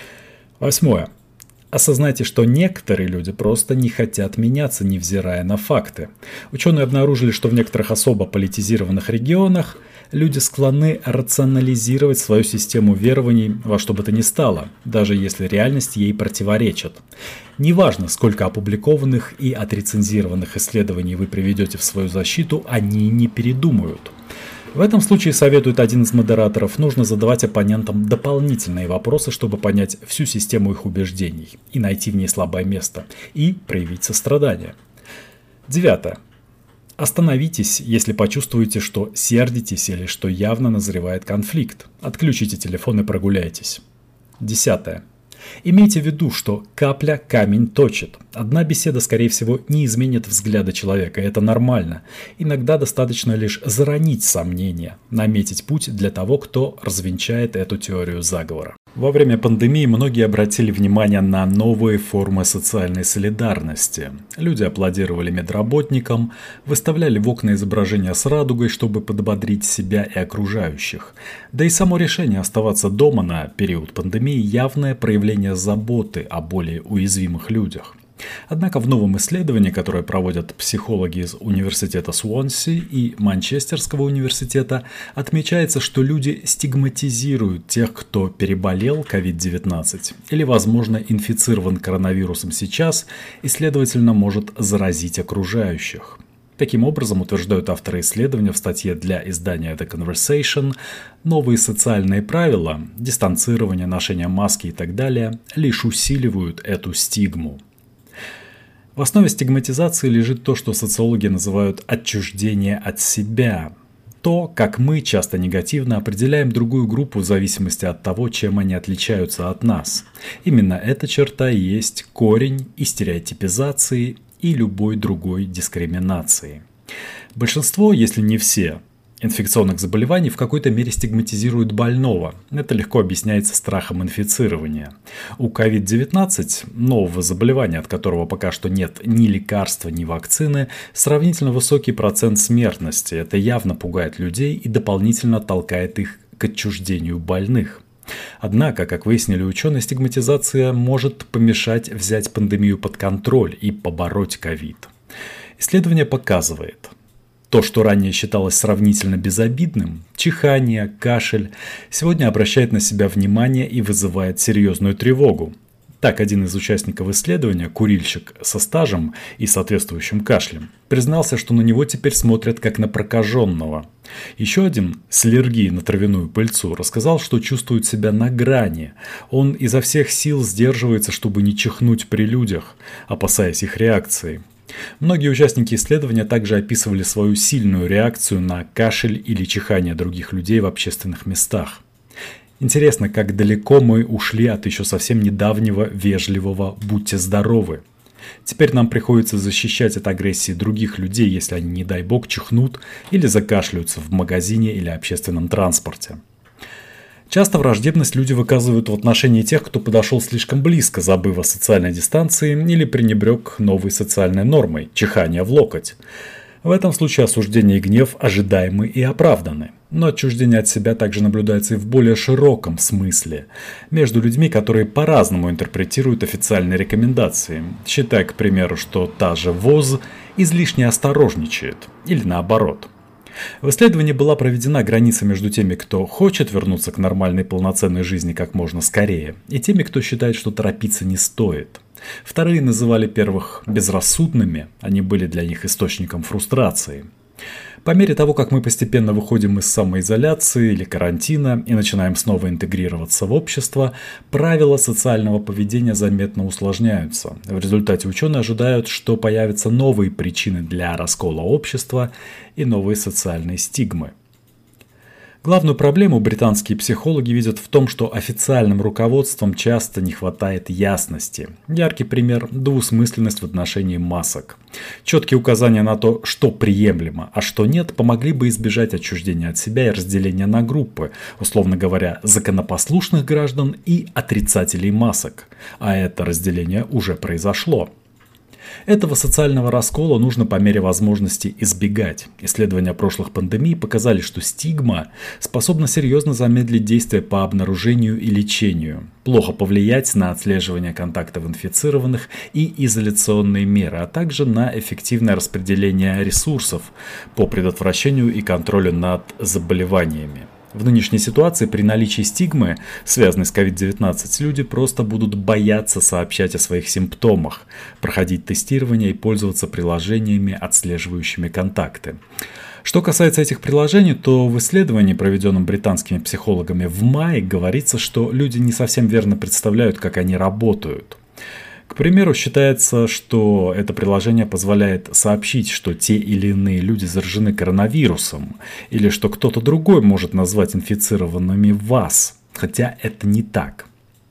Восьмое. Осознайте, что некоторые люди просто не хотят меняться, невзирая на факты. Ученые обнаружили, что в некоторых особо политизированных регионах люди склонны рационализировать свою систему верований во что бы то ни стало, даже если реальность ей противоречит. Неважно, сколько опубликованных и отрецензированных исследований вы приведете в свою защиту, они не передумают. В этом случае, советует один из модераторов, нужно задавать оппонентам дополнительные вопросы, чтобы понять всю систему их убеждений и найти в ней слабое место, и проявить сострадание. Девятое. Остановитесь, если почувствуете, что сердитесь или что явно назревает конфликт. Отключите телефон и прогуляйтесь. Десятое. Имейте в виду, что капля камень точит. Одна беседа, скорее всего, не изменит взгляда человека, это нормально. Иногда достаточно лишь заронить сомнения, наметить путь для того, кто развенчает эту теорию заговора. Во время пандемии многие обратили внимание на новые формы социальной солидарности. Люди аплодировали медработникам, выставляли в окна изображения с радугой, чтобы подбодрить себя и окружающих. Да и само решение оставаться дома на период пандемии – явное проявление заботы о более уязвимых людях. Однако в новом исследовании, которое проводят психологи из университета Суонси и Манчестерского университета, отмечается, что люди стигматизируют тех, кто переболел ковид девятнадцать или, возможно, инфицирован коронавирусом сейчас и, следовательно, может заразить окружающих. Таким образом, утверждают авторы исследования в статье для издания The Conversation, новые социальные правила, дистанцирование, ношение маски и так далее, лишь усиливают эту стигму. В основе стигматизации лежит то, что социологи называют отчуждение от себя. То, как мы часто негативно определяем другую группу в зависимости от того, чем они отличаются от нас. Именно эта черта и есть корень и стереотипизации, и любой другой дискриминации. Большинство, если не все, инфекционных заболеваний в какой-то мере стигматизируют больного. Это легко объясняется страхом инфицирования. У ковид девятнадцать, нового заболевания, от которого пока что нет ни лекарства, ни вакцины, сравнительно высокий процент смертности. Это явно пугает людей и дополнительно толкает их к отчуждению больных. Однако, как выяснили ученые, стигматизация может помешать взять пандемию под контроль и побороть ковид. Исследование показывает, то, что ранее считалось сравнительно безобидным, чихание, кашель, сегодня обращает на себя внимание и вызывает серьезную тревогу. Так, один из участников исследования, курильщик со стажем и соответствующим кашлем, признался, что на него теперь смотрят как на прокаженного. Еще один, с аллергией на травяную пыльцу, рассказал, что чувствует себя на грани. Он изо всех сил сдерживается, чтобы не чихнуть при людях, опасаясь их реакции. Многие участники исследования также описывали свою сильную реакцию на кашель или чихание других людей в общественных местах. Интересно, как далеко мы ушли от еще совсем недавнего вежливого «будьте здоровы». Теперь нам приходится защищать от агрессии других людей, если они, не дай бог, чихнут или закашляются в магазине или общественном транспорте. Часто враждебность люди выказывают в отношении тех, кто подошел слишком близко, забыв о социальной дистанции или пренебрег новой социальной нормой – чихание в локоть. В этом случае осуждение и гнев ожидаемы и оправданы. Но отчуждение от себя также наблюдается и в более широком смысле, между людьми, которые по-разному интерпретируют официальные рекомендации, считая, к примеру, что та же ВОЗ излишне осторожничает, или наоборот. В исследовании была проведена граница между теми, кто хочет вернуться к нормальной полноценной жизни как можно скорее, и теми, кто считает, что торопиться не стоит. Вторые называли первых безрассудными, они были для них источником фрустрации. По мере того, как мы постепенно выходим из самоизоляции или карантина и начинаем снова интегрироваться в общество, правила социального поведения заметно усложняются. В результате ученые ожидают, что появятся новые причины для раскола общества и новые социальные стигмы. Главную проблему британские психологи видят в том, что официальным руководством часто не хватает ясности. Яркий пример – двусмысленность в отношении масок. Четкие указания на то, что приемлемо, а что нет, помогли бы избежать отчуждения от себя и разделения на группы, условно говоря, законопослушных граждан и отрицателей масок. А это разделение уже произошло. Этого социального раскола нужно по мере возможности избегать. Исследования прошлых пандемий показали, что стигма способна серьезно замедлить действия по обнаружению и лечению, плохо повлиять на отслеживание контактов инфицированных и изоляционные меры, а также на эффективное распределение ресурсов по предотвращению и контролю над заболеваниями. В нынешней ситуации при наличии стигмы, связанной с ковид девятнадцать, люди просто будут бояться сообщать о своих симптомах, проходить тестирование и пользоваться приложениями, отслеживающими контакты. Что касается этих приложений, то в исследовании, проведенном британскими психологами в мае, говорится, что люди не совсем верно представляют, как они работают. К примеру, считается, что это приложение позволяет сообщить, что те или иные люди заражены коронавирусом, или что кто-то другой может назвать инфицированными вас, хотя это не так.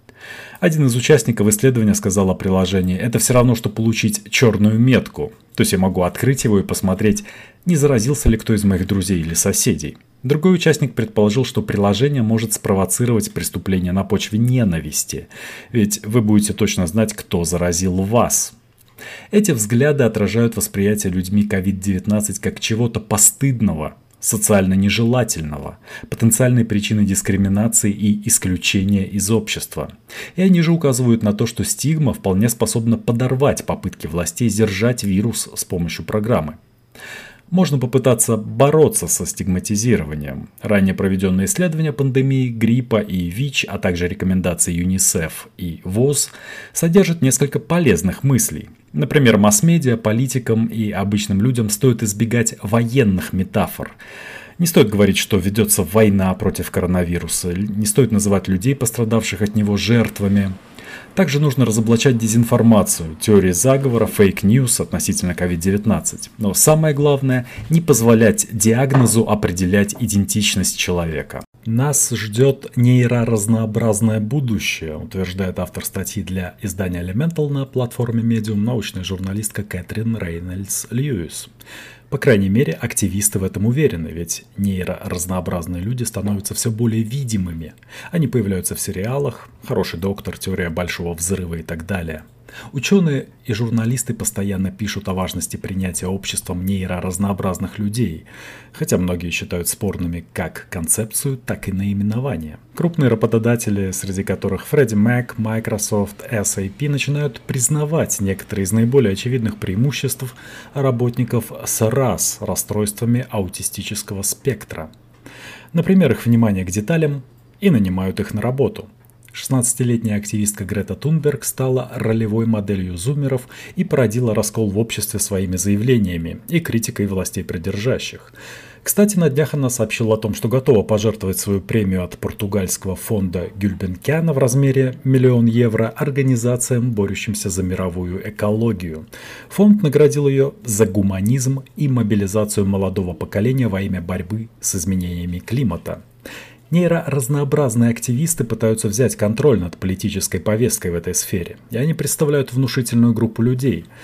Один из участников исследования сказал о приложении: это все равно, что получить черную метку, то есть я могу открыть его и посмотреть, не заразился ли кто из моих друзей или соседей. Другой участник предположил, что приложение может спровоцировать преступление на почве ненависти, ведь вы будете точно знать, кто заразил вас. Эти взгляды отражают восприятие людьми ковид девятнадцать как чего-то постыдного, социально нежелательного, потенциальной причиной дискриминации и исключения из общества. И они же указывают на то, что стигма вполне способна подорвать попытки властей сдержать вирус с помощью программы. Можно попытаться бороться со стигматизированием. Ранее проведенные исследования пандемии гриппа и ВИЧ, а также рекомендации ЮНИСЕФ и ВОЗ содержат несколько полезных мыслей. Например, масс-медиа, политикам и обычным людям стоит избегать военных метафор. Не стоит говорить, что ведется война против коронавируса, не стоит называть людей, пострадавших от него, жертвами. Также нужно разоблачать дезинформацию, теории заговора, фейк-ньюс относительно ковид девятнадцать. Но самое главное – не позволять диагнозу определять идентичность человека. Нас ждет нейроразнообразное будущее, утверждает автор статьи для издания Elemental на платформе Medium, научная журналистка Кэтрин Рейнольдс-Льюис. По крайней мере, активисты в этом уверены, ведь нейроразнообразные люди становятся все более видимыми. Они появляются в сериалах, «Хороший доктор», «Теория большого взрыва» и так далее. Ученые и журналисты постоянно пишут о важности принятия обществом нейроразнообразных людей, хотя многие считают спорными как концепцию, так и наименование. Крупные работодатели, среди которых Freddie Mac, Microsoft, эс эй пи, начинают признавать некоторые из наиболее очевидных преимуществ работников с РАС, расстройствами аутистического спектра. Например, их внимание к деталям, и нанимают их на работу. шестнадцатилетняя активистка Грета Тунберг стала ролевой моделью зумеров и породила раскол в обществе своими заявлениями и критикой властей придержащих. Кстати, на днях она сообщила о том, что готова пожертвовать свою премию от португальского фонда Гюльбенкяна в размере миллион евро организациям, борющимся за мировую экологию. Фонд наградил ее за гуманизм и мобилизацию молодого поколения во имя борьбы с изменениями климата. Нейроразнообразные активисты пытаются взять контроль над политической повесткой в этой сфере, и они представляют внушительную группу людей.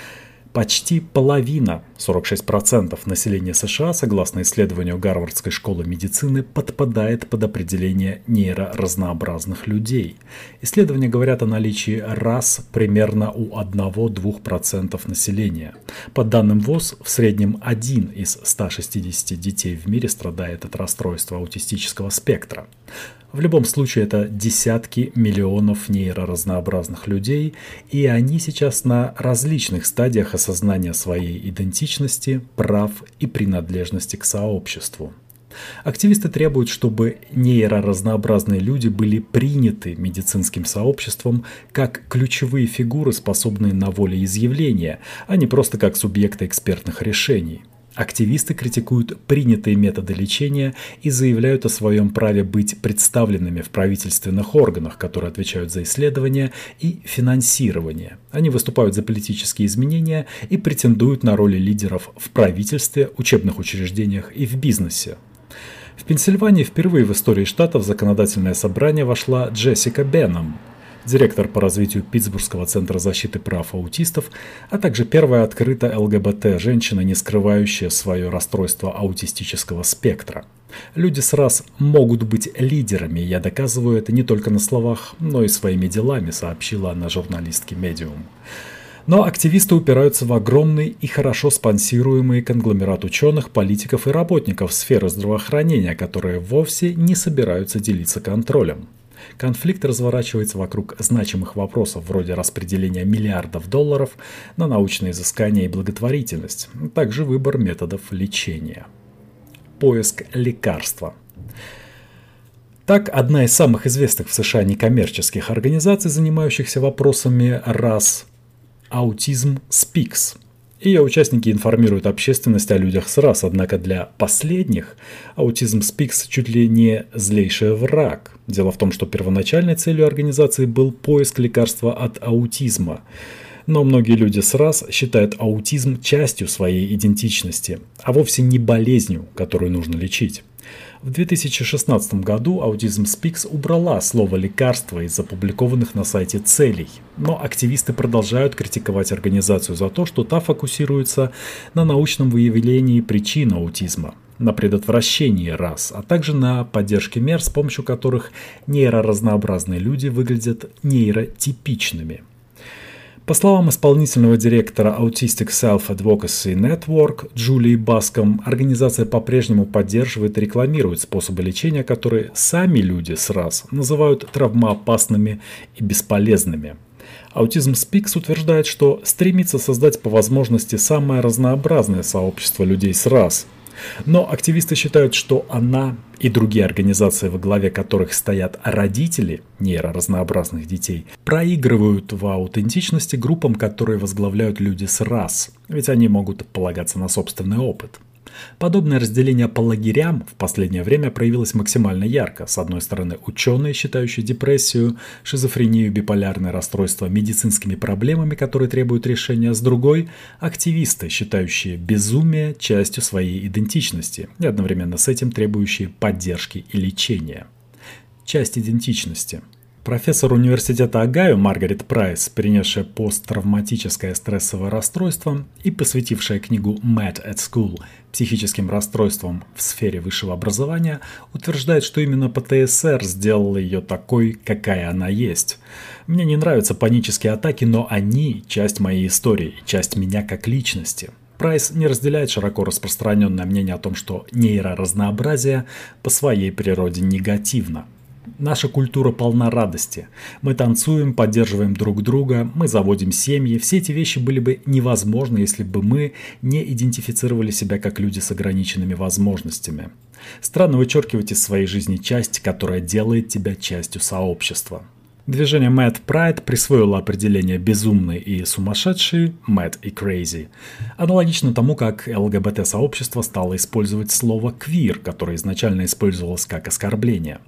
Почти половина, сорок шесть процентов населения США, согласно исследованию Гарвардской школы медицины, подпадает под определение нейроразнообразных людей. Исследования говорят о наличии рас примерно у одного-двух процентов населения. По данным ВОЗ, в среднем один из ста шестидесяти детей в мире страдает от расстройства аутистического спектра. В любом случае, это десятки миллионов нейроразнообразных людей, и они сейчас на различных стадиях осознания своей идентичности, прав и принадлежности к сообществу. Активисты требуют, чтобы нейроразнообразные люди были приняты медицинским сообществом как ключевые фигуры, способные на волеизъявление, а не просто как субъекты экспертных решений. Активисты критикуют принятые методы лечения и заявляют о своем праве быть представленными в правительственных органах, которые отвечают за исследования и финансирование. Они выступают за политические изменения и претендуют на роли лидеров в правительстве, учебных учреждениях и в бизнесе. В Пенсильвании впервые в истории штата в законодательное собрание вошла Джессика Беннам, директор по развитию Питтсбургского центра защиты прав аутистов, а также первая открыто ЛГБТ женщина, не скрывающая свое расстройство аутистического спектра. Люди с рас могут быть лидерами, я доказываю это не только на словах, но и своими делами, сообщила она журналистке Medium. Но активисты упираются в огромный и хорошо спонсируемый конгломерат ученых, политиков и работников сферы здравоохранения, которые вовсе не собираются делиться контролем. Конфликт разворачивается вокруг значимых вопросов вроде распределения миллиардов долларов на научные изыскания и благотворительность, а также выбор методов лечения. Поиск лекарства. Так, одна из самых известных в США некоммерческих организаций, занимающихся вопросами рас, Autism Speaks. Ее участники информируют общественность о людях с рас, однако для последних Autism Speaks чуть ли не злейший враг. Дело в том, что первоначальной целью организации был поиск лекарства от аутизма. Но многие люди с рас считают аутизм частью своей идентичности, а вовсе не болезнью, которую нужно лечить. В две тысячи шестнадцатом году Autism Speaks убрала слово «лекарство» из опубликованных на сайте целей, но активисты продолжают критиковать организацию за то, что та фокусируется на научном выявлении причин аутизма, на предотвращении рас, а также на поддержке мер, с помощью которых нейроразнообразные люди выглядят нейротипичными. По словам исполнительного директора Autistic Self-Advocacy Network Джулии Баском, организация по-прежнему поддерживает и рекламирует способы лечения, которые сами люди с рас называют травмоопасными и бесполезными. Autism Speaks утверждает, что стремится создать по возможности самое разнообразное сообщество людей с рас. Но активисты считают, что она и другие организации, во главе которых стоят родители нейроразнообразных детей, проигрывают в аутентичности группам, которые возглавляют люди с рас, ведь они могут полагаться на собственный опыт. Подобное разделение по лагерям в последнее время проявилось максимально ярко. С одной стороны, ученые, считающие депрессию, шизофрению, биполярное расстройство медицинскими проблемами, которые требуют решения. С другой – активисты, считающие безумие частью своей идентичности и одновременно с этим требующие поддержки и лечения. Часть идентичности. Профессор университета Огайо Маргарет Прайс, перенесшая посттравматическое стрессовое расстройство и посвятившая книгу «Mad at School» психическим расстройствам в сфере высшего образования, утверждает, что именно ПТСР сделала ее такой, какая она есть. Мне не нравятся панические атаки, но они – часть моей истории, часть меня как личности. Прайс не разделяет широко распространенное мнение о том, что нейроразнообразие по своей природе негативно. Наша культура полна радости. Мы танцуем, поддерживаем друг друга, мы заводим семьи. Все эти вещи были бы невозможны, если бы мы не идентифицировали себя как люди с ограниченными возможностями. Странно вычеркивать из своей жизни часть, которая делает тебя частью сообщества. Движение Mad Pride присвоило определение «безумный» и «сумасшедший» Mad и Crazy, аналогично тому, как ЛГБТ-сообщество стало использовать слово «квир», которое изначально использовалось как оскорбление.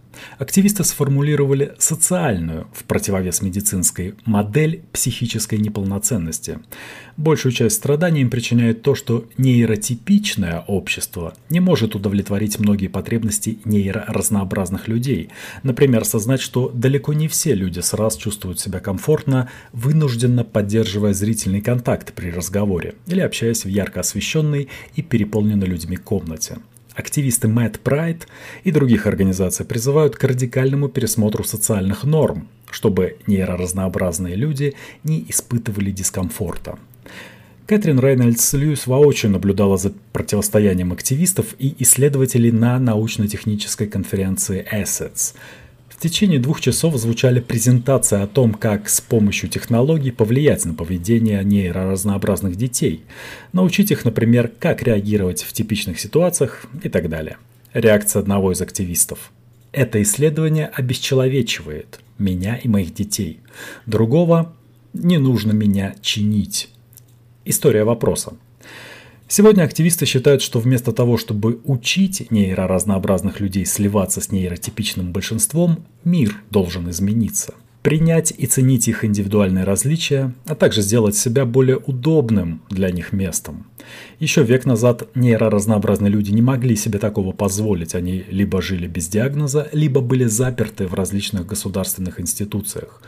Активисты сформулировали социальную, в противовес медицинской, модель психической неполноценности. Большую часть страданий им причиняет то, что нейротипичное общество не может удовлетворить многие потребности нейроразнообразных людей. Например, осознать, что далеко не все люди сразу чувствуют себя комфортно, вынужденно поддерживая зрительный контакт при разговоре или общаясь в ярко освещенной и переполненной людьми комнате. Активисты Mad Pride и других организаций призывают к радикальному пересмотру социальных норм, чтобы нейроразнообразные люди не испытывали дискомфорта. Кэтрин Рейнольдс Льюис воочию наблюдала за противостоянием активистов и исследователей на научно-технической конференции Assets. В течение двух часов звучали презентации о том, как с помощью технологий повлиять на поведение нейроразнообразных детей, научить их, например, как реагировать в типичных ситуациях и так далее. Реакция одного из активистов. Это исследование обесчеловечивает меня и моих детей. Другого не нужно меня чинить. История вопроса. Сегодня активисты считают, что вместо того, чтобы учить нейроразнообразных людей сливаться с нейротипичным большинством, мир должен измениться. Принять и ценить их индивидуальные различия, а также сделать себя более удобным для них местом. Еще век назад нейроразнообразные люди не могли себе такого позволить. Они либо жили без диагноза, либо были заперты в различных государственных институциях.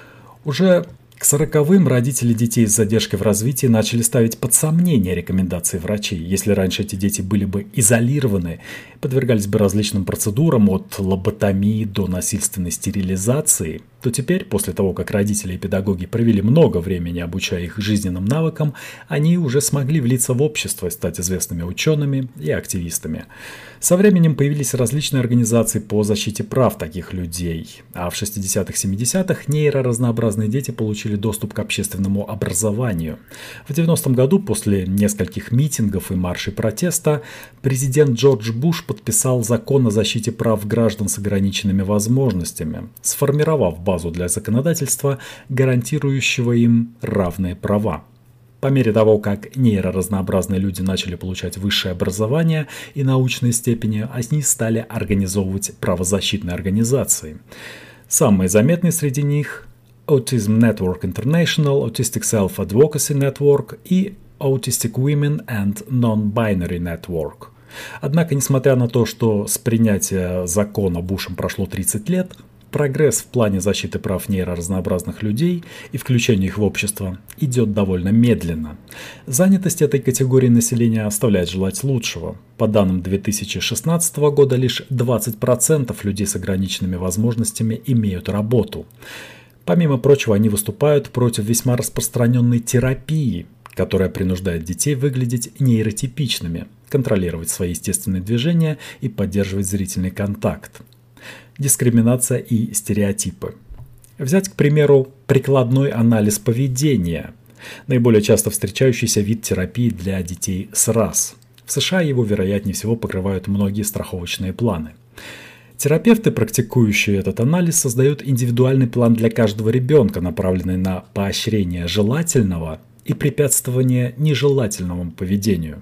Уже к сороковым родители детей с задержкой в развитии начали ставить под сомнение рекомендации врачей. Если раньше эти дети были бы изолированы, подвергались бы различным процедурам от лоботомии до насильственной стерилизации, то теперь, после того, как родители и педагоги провели много времени, обучая их жизненным навыкам, они уже смогли влиться в общество и стать известными учеными и активистами. Со временем появились различные организации по защите прав таких людей, а в шестидесятых-семидесятых нейроразнообразные дети получили доступ к общественному образованию. В девяностом году, после нескольких митингов и маршей протеста, президент Джордж Буш подписал закон о защите прав граждан с ограниченными возможностями, сформировав базу для законодательства, гарантирующего им равные права. По мере того, как нейроразнообразные люди начали получать высшее образование и научные степени, они стали организовывать правозащитные организации. Самые заметные среди них – Autism Network International, Autistic Self-Advocacy Network и Autistic Women and Non-Binary Network. Однако, несмотря на то, что с принятия закона Бушем прошло тридцать лет, прогресс в плане защиты прав нейроразнообразных людей и включения их в общество идет довольно медленно. Занятость этой категории населения оставляет желать лучшего. По данным две тысячи шестнадцатого года, лишь двадцать процентов людей с ограниченными возможностями имеют работу. Помимо прочего, они выступают против весьма распространенной терапии, которая принуждает детей выглядеть нейротипичными, контролировать свои естественные движения и поддерживать зрительный контакт. Дискриминация и стереотипы. Взять, к примеру, прикладной анализ поведения, наиболее часто встречающийся вид терапии для детей с РАС. В США его, вероятнее всего, покрывают многие страховочные планы. Терапевты, практикующие этот анализ, создают индивидуальный план для каждого ребенка, направленный на поощрение желательного и препятствование нежелательному поведению.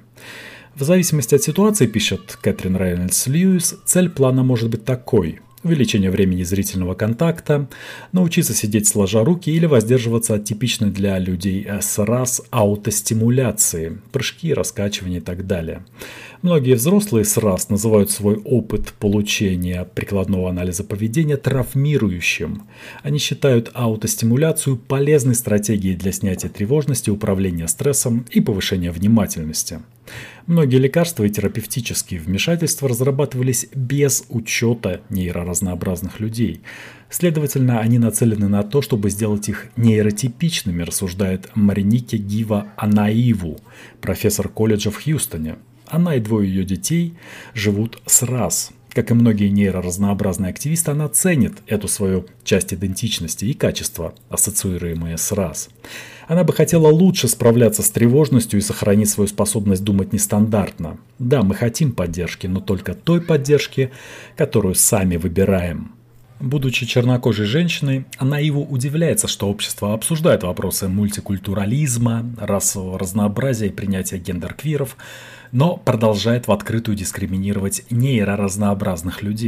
В зависимости от ситуации, пишет Кэтрин Рейнольдс Льюис, цель плана может быть такой: увеличение времени зрительного контакта, научиться сидеть сложа руки или воздерживаться от типичной для людей с РАС аутостимуляции, прыжки, раскачивания и так далее. Многие взрослые с РАС называют свой опыт получения прикладного анализа поведения травмирующим. Они считают аутостимуляцию полезной стратегией для снятия тревожности, управления стрессом и повышения внимательности. Многие лекарства и терапевтические вмешательства разрабатывались без учета нейроразнообразных людей. Следовательно, они нацелены на то, чтобы сделать их нейротипичными, рассуждает Маринике Гива Анаиву, профессор колледжа в Хьюстоне. Она и двое ее детей живут с РАС. Как и многие нейроразнообразные активисты, она ценит эту свою часть идентичности и качества, ассоциируемые с РАС. Она бы хотела лучше справляться с тревожностью и сохранить свою способность думать нестандартно. Да, мы хотим поддержки, но только той поддержки, которую сами выбираем. Будучи чернокожей женщиной, Анаиву удивляется, что общество обсуждает вопросы мультикультурализма, расового разнообразия и принятия гендер-квиров, но продолжает в открытую дискриминировать нейроразнообразных людей.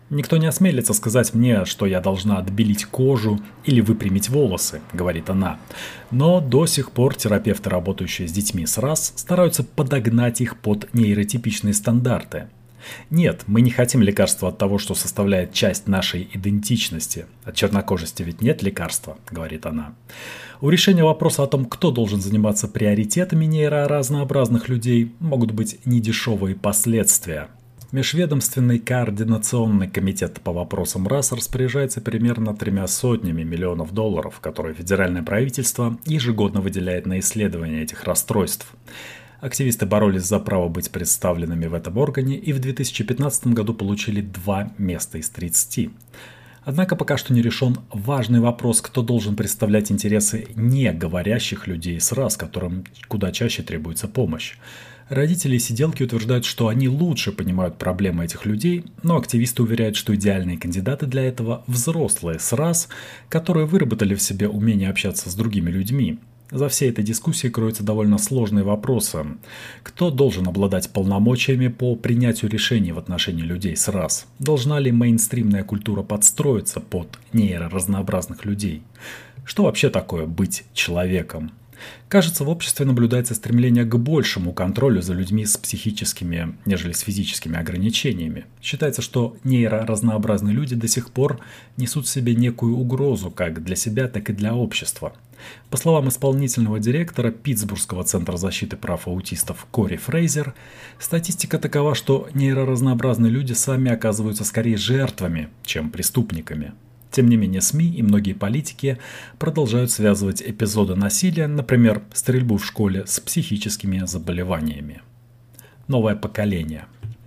«Никто не осмелится сказать мне, что я должна отбелить кожу или выпрямить волосы», — говорит она. Но до сих пор терапевты, работающие с детьми с РАС, стараются подогнать их под нейротипичные стандарты. Нет, мы не хотим лекарства от того, что составляет часть нашей идентичности. От чернокожести ведь нет лекарства, говорит она. У решения вопроса о том, кто должен заниматься приоритетами нейроразнообразных людей, могут быть недешевые последствия. Межведомственный координационный комитет по вопросам рас распоряжается примерно тремя сотнями миллионов долларов, которые федеральное правительство ежегодно выделяет на исследование этих расстройств. Активисты боролись за право быть представленными в этом органе и в две тысячи пятнадцатом году получили два места из тридцати. Однако пока что не решен важный вопрос, кто должен представлять интересы не говорящих людей с рас, которым куда чаще требуется помощь. Родители и сиделки утверждают, что они лучше понимают проблемы этих людей, но активисты уверяют, что идеальные кандидаты для этого – взрослые с рас, которые выработали в себе умение общаться с другими людьми. За всей этой дискуссией кроются довольно сложные вопросы. Кто должен обладать полномочиями по принятию решений в отношении людей с рас? Должна ли мейнстримная культура подстроиться под нейроразнообразных людей? Что вообще такое быть человеком? Кажется, в обществе наблюдается стремление к большему контролю за людьми с психическими, нежели с физическими ограничениями. Считается, что нейроразнообразные люди до сих пор несут в себе некую угрозу как для себя, так и для общества. По словам исполнительного директора Питтсбургского центра защиты прав аутистов Кори Фрейзер, статистика такова, что нейроразнообразные люди сами оказываются скорее жертвами, чем преступниками. Тем не менее, СМИ и многие политики продолжают связывать эпизоды насилия, например, стрельбу в школе, с психическими заболеваниями. Новое поколение.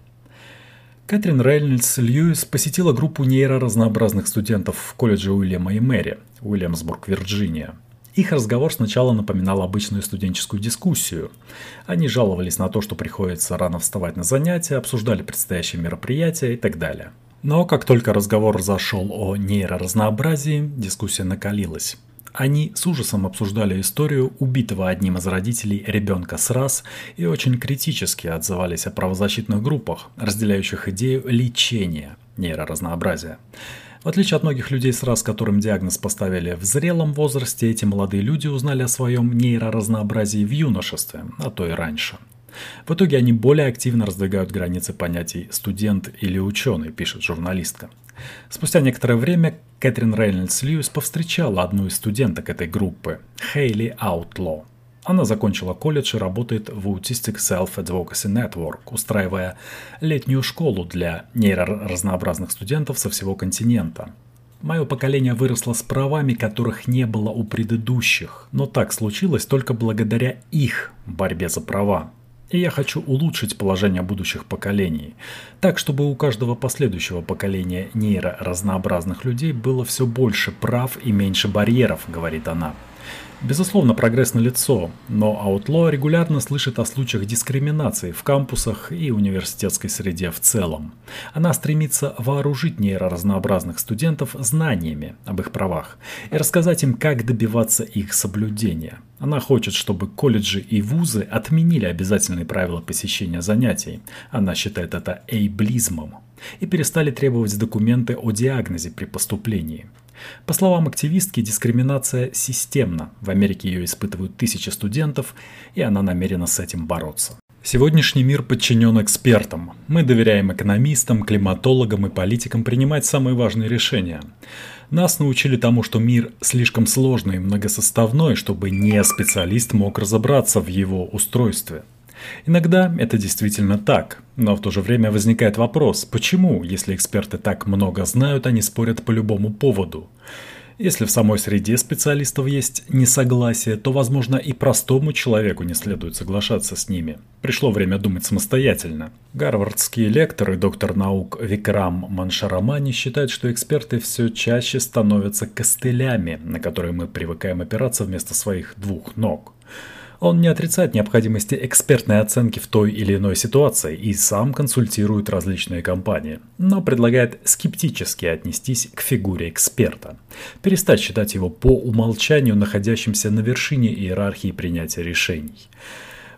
Кэтрин Рейнольдс Льюис посетила группу нейроразнообразных студентов в колледже Уильяма и Мэри, Уильямсбург, Вирджиния. Их разговор сначала напоминал обычную студенческую дискуссию. Они жаловались на то, что приходится рано вставать на занятия, обсуждали предстоящие мероприятия и так далее. Но как только разговор зашел о нейроразнообразии, дискуссия накалилась. Они с ужасом обсуждали историю убитого одним из родителей ребенка с рас и очень критически отзывались о правозащитных группах, разделяющих идею лечения нейроразнообразия. В отличие от многих людей с рас, которым диагноз поставили в зрелом возрасте, эти молодые люди узнали о своем нейроразнообразии в юношестве, а то и раньше. В итоге они более активно раздвигают границы понятий «студент» или «ученый», пишет журналистка. Спустя некоторое время Кэтрин Рейнольдс Льюис повстречала одну из студенток этой группы – Хейли Аутло. Она закончила колледж и работает в Autistic Self-Advocacy Network, устраивая летнюю школу для нейроразнообразных студентов со всего континента. Мое поколение выросло с правами, которых не было у предыдущих, но так случилось только благодаря их борьбе за права. И я хочу улучшить положение будущих поколений, так, чтобы у каждого последующего поколения нейроразнообразных людей было все больше прав и меньше барьеров, говорит она. Безусловно, прогресс налицо, но Аутло регулярно слышит о случаях дискриминации в кампусах и университетской среде в целом. Она стремится вооружить нейроразнообразных студентов знаниями об их правах и рассказать им, как добиваться их соблюдения. Она хочет, чтобы колледжи и вузы отменили обязательные правила посещения занятий, она считает это эйблизмом, и перестали требовать документы о диагнозе при поступлении. По словам активистки, дискриминация системна. В Америке ее испытывают тысячи студентов, и она намерена с этим бороться. Сегодняшний мир подчинен экспертам. Мы доверяем экономистам, климатологам и политикам принимать самые важные решения. Нас научили тому, что мир слишком сложный и многосоставной, чтобы не специалист мог разобраться в его устройстве. Иногда это действительно так, но в то же время возникает вопрос, почему, если эксперты так много знают, они спорят по любому поводу? Если в самой среде специалистов есть несогласие, то, возможно, и простому человеку не следует соглашаться с ними. Пришло время думать самостоятельно. Гарвардский лектор и доктор наук Викрам Маншарамани считает, что эксперты все чаще становятся костылями, на которые мы привыкаем опираться вместо своих двух ног. Он не отрицает необходимости экспертной оценки в той или иной ситуации и сам консультирует различные компании, но предлагает скептически отнестись к фигуре эксперта, перестать считать его по умолчанию находящимся на вершине иерархии принятия решений.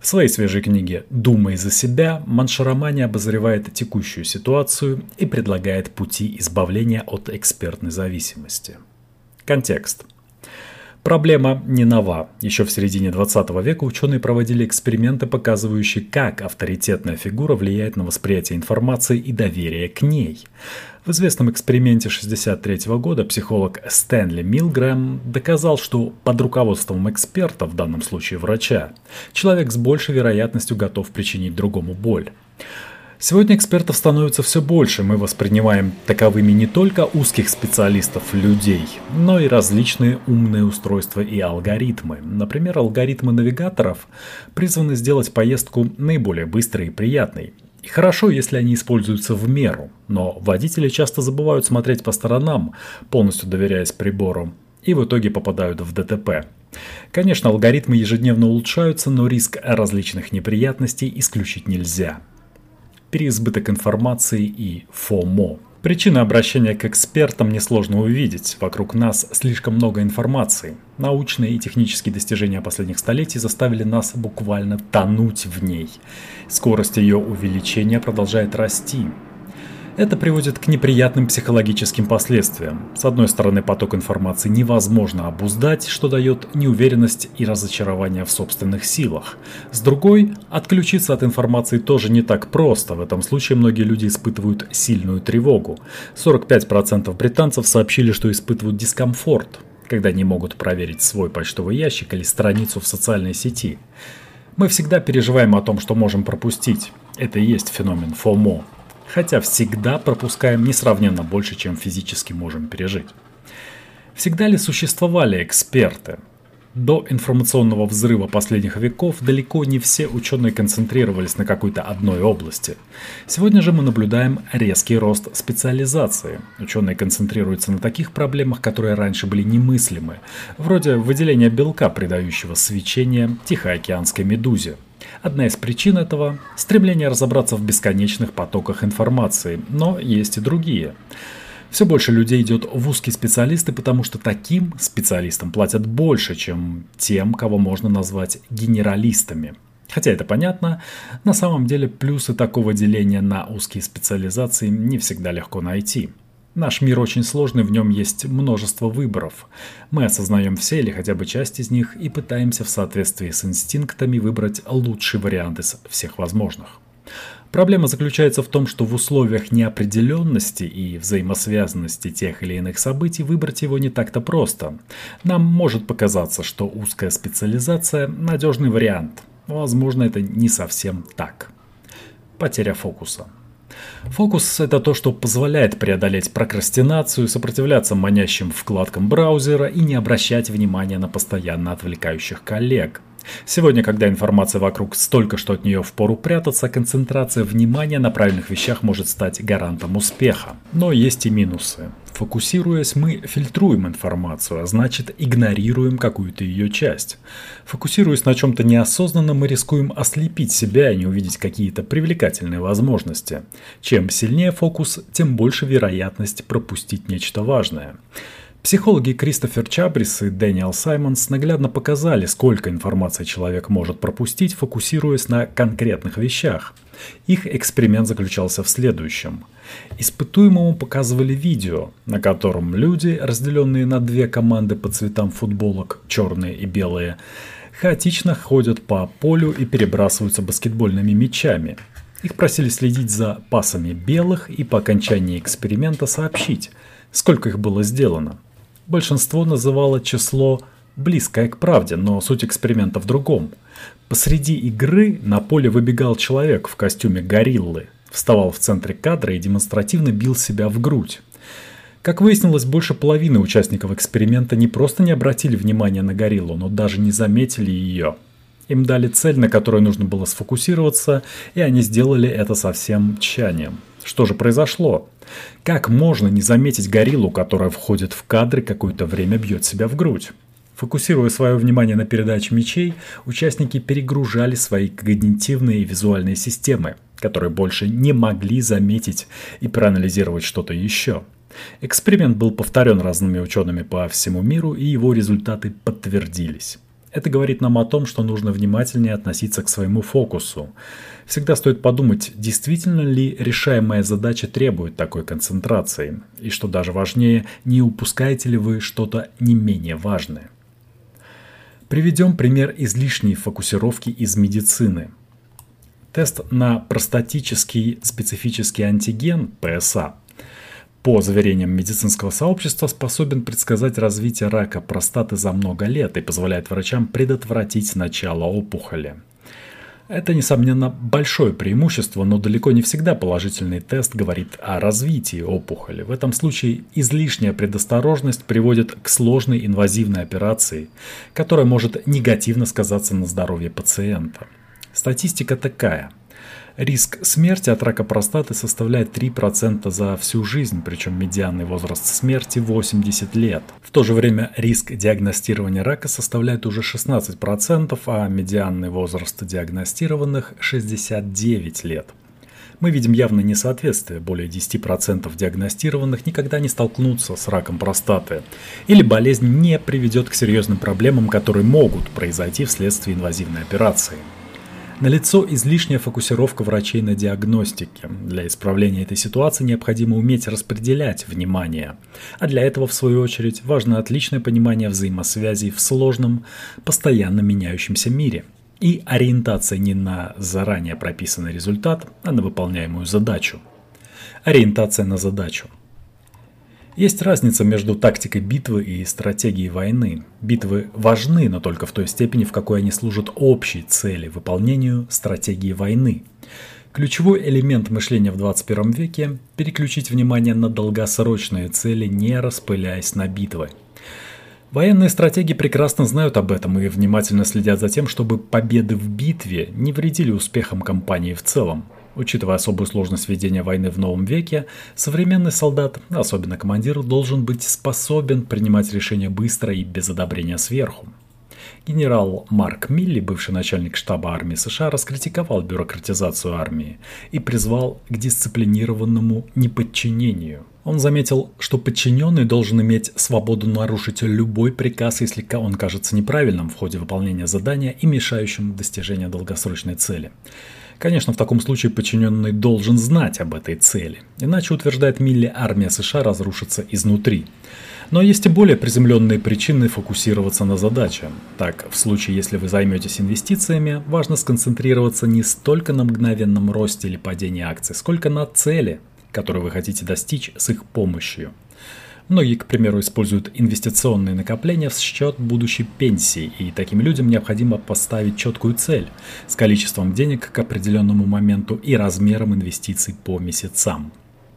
В своей свежей книге «Думай за себя» Маншарамани обозревает текущую ситуацию и предлагает пути избавления от экспертной зависимости. Контекст. Проблема не нова. Еще в середине двадцатого века ученые проводили эксперименты, показывающие, как авторитетная фигура влияет на восприятие информации и доверие к ней. В известном эксперименте шестьдесят третьего года психолог Стэнли Милгрэм доказал, что под руководством эксперта, в данном случае врача, человек с большей вероятностью готов причинить другому боль. Сегодня экспертов становится все больше, мы воспринимаем таковыми не только узких специалистов-людей, но и различные умные устройства и алгоритмы. Например, алгоритмы навигаторов призваны сделать поездку наиболее быстрой и приятной. И хорошо, если они используются в меру, но водители часто забывают смотреть по сторонам, полностью доверяясь прибору, и в итоге попадают в ДТП. Конечно, алгоритмы ежедневно улучшаются, но риск различных неприятностей исключить нельзя. Переизбыток информации и фомо. Причины обращения к экспертам несложно увидеть. Вокруг нас слишком много информации. Научные и технические достижения последних столетий заставили нас буквально тонуть в ней. Скорость ее увеличения продолжает расти. Это приводит к неприятным психологическим последствиям. С одной стороны, поток информации невозможно обуздать, что дает неуверенность и разочарование в собственных силах. С другой, отключиться от информации тоже не так просто. В этом случае многие люди испытывают сильную тревогу. сорок пять процентов британцев сообщили, что испытывают дискомфорт, когда не могут проверить свой почтовый ящик или страницу в социальной сети. Мы всегда переживаем о том, что можем пропустить. Это и есть феномен фомо. Хотя всегда пропускаем несравненно больше, чем физически можем пережить. Всегда ли существовали эксперты? До информационного взрыва последних веков далеко не все ученые концентрировались на какой-то одной области. Сегодня же мы наблюдаем резкий рост специализации. Ученые концентрируются на таких проблемах, которые раньше были немыслимы, вроде выделения белка, придающего свечение тихоокеанской медузе. Одна из причин этого – стремление разобраться в бесконечных потоках информации, но есть и другие. Все больше людей идет в узкие специалисты, потому что таким специалистам платят больше, чем тем, кого можно назвать генералистами. Хотя это понятно, на самом деле плюсы такого деления на узкие специализации не всегда легко найти. Наш мир очень сложный, в нем есть множество выборов. Мы осознаем все или хотя бы часть из них и пытаемся в соответствии с инстинктами выбрать лучший вариант из всех возможных. Проблема заключается в том, что в условиях неопределенности и взаимосвязанности тех или иных событий выбрать его не так-то просто. Нам может показаться, что узкая специализация – надежный вариант. Возможно, это не совсем так. Потеря фокуса. Фокус – это то, что позволяет преодолеть прокрастинацию, сопротивляться манящим вкладкам браузера и не обращать внимания на постоянно отвлекающих коллег. Сегодня, когда информация вокруг столько, что от нее впору прятаться, концентрация внимания на правильных вещах может стать гарантом успеха. Но есть и минусы. Фокусируясь, мы фильтруем информацию, а значит игнорируем какую-то ее часть. Фокусируясь на чем-то неосознанном, мы рискуем ослепить себя и не увидеть какие-то привлекательные возможности. Чем сильнее фокус, тем больше вероятность пропустить нечто важное. Психологи Кристофер Чабрис и Дэниел Саймонс наглядно показали, сколько информации человек может пропустить, фокусируясь на конкретных вещах. Их эксперимент заключался в следующем. Испытуемому показывали видео, на котором люди, разделенные на две команды по цветам футболок, черные и белые, хаотично ходят по полю и перебрасываются баскетбольными мячами. Их просили следить за пасами белых и по окончании эксперимента сообщить, сколько их было сделано. Большинство называло число близкое к правде, но суть эксперимента в другом. Посреди игры на поле выбегал человек в костюме гориллы, вставал в центре кадра и демонстративно бил себя в грудь. Как выяснилось, больше половины участников эксперимента не просто не обратили внимания на гориллу, но даже не заметили ее. Им дали цель, на которой нужно было сфокусироваться, и они сделали это со всем тщанием. Что же произошло? Как можно не заметить гориллу, которая входит в кадр и какое-то время бьет себя в грудь? Фокусируя свое внимание на передаче мячей, участники перегружали свои когнитивные и визуальные системы, которые больше не могли заметить и проанализировать что-то еще. Эксперимент был повторен разными учеными по всему миру, и его результаты подтвердились. Это говорит нам о том, что нужно внимательнее относиться к своему фокусу. Всегда стоит подумать, действительно ли решаемая задача требует такой концентрации, и что даже важнее, не упускаете ли вы что-то не менее важное. Приведем пример излишней фокусировки из медицины. Тест на простатический специфический антиген (пэ эс а) по заверениям медицинского сообщества способен предсказать развитие рака простаты за много лет и позволяет врачам предотвратить начало опухоли. Это, несомненно, большое преимущество, но далеко не всегда положительный тест говорит о развитии опухоли. В этом случае излишняя предосторожность приводит к сложной инвазивной операции, которая может негативно сказаться на здоровье пациента. Статистика такая. Риск смерти от рака простаты составляет три процента за всю жизнь, причем медианный возраст смерти восемьдесят лет. В то же время риск диагностирования рака составляет уже шестнадцать процентов, а медианный возраст диагностированных шестьдесят девять лет. Мы видим явное несоответствие. Более десять процентов диагностированных никогда не столкнутся с раком простаты, или болезнь не приведет к серьезным проблемам, которые могут произойти вследствие инвазивной операции. Налицо излишняя фокусировка врачей на диагностике. Для исправления этой ситуации необходимо уметь распределять внимание. А для этого, в свою очередь, важно отличное понимание взаимосвязей в сложном, постоянно меняющемся мире. И ориентация не на заранее прописанный результат, а на выполняемую задачу. Ориентация на задачу. Есть разница между тактикой битвы и стратегией войны. Битвы важны, но только в той степени, в какой они служат общей цели – выполнению стратегии войны. Ключевой элемент мышления в двадцать первом веке – переключить внимание на долгосрочные цели, не распыляясь на битвы. Военные стратеги прекрасно знают об этом и внимательно следят за тем, чтобы победы в битве не вредили успехам кампании в целом. Учитывая особую сложность ведения войны в новом веке, современный солдат, особенно командир, должен быть способен принимать решения быстро и без одобрения сверху. Генерал Марк Милли, бывший начальник штаба армии США, раскритиковал бюрократизацию армии и призвал к дисциплинированному неподчинению. Он заметил, что подчиненный должен иметь свободу нарушить любой приказ, если он кажется неправильным в ходе выполнения задания и мешающим достижению долгосрочной цели. Конечно, в таком случае подчиненный должен знать об этой цели, иначе, утверждает Милли, армия США разрушится изнутри. Но есть и более приземленные причины фокусироваться на задаче. Так, в случае, если вы займетесь инвестициями, важно сконцентрироваться не столько на мгновенном росте или падении акций, сколько на цели, которую вы хотите достичь с их помощью. Многие, к примеру, используют инвестиционные накопления в счет будущей пенсии, и таким людям необходимо поставить четкую цель с количеством денег к определенному моменту и размером инвестиций по месяцам.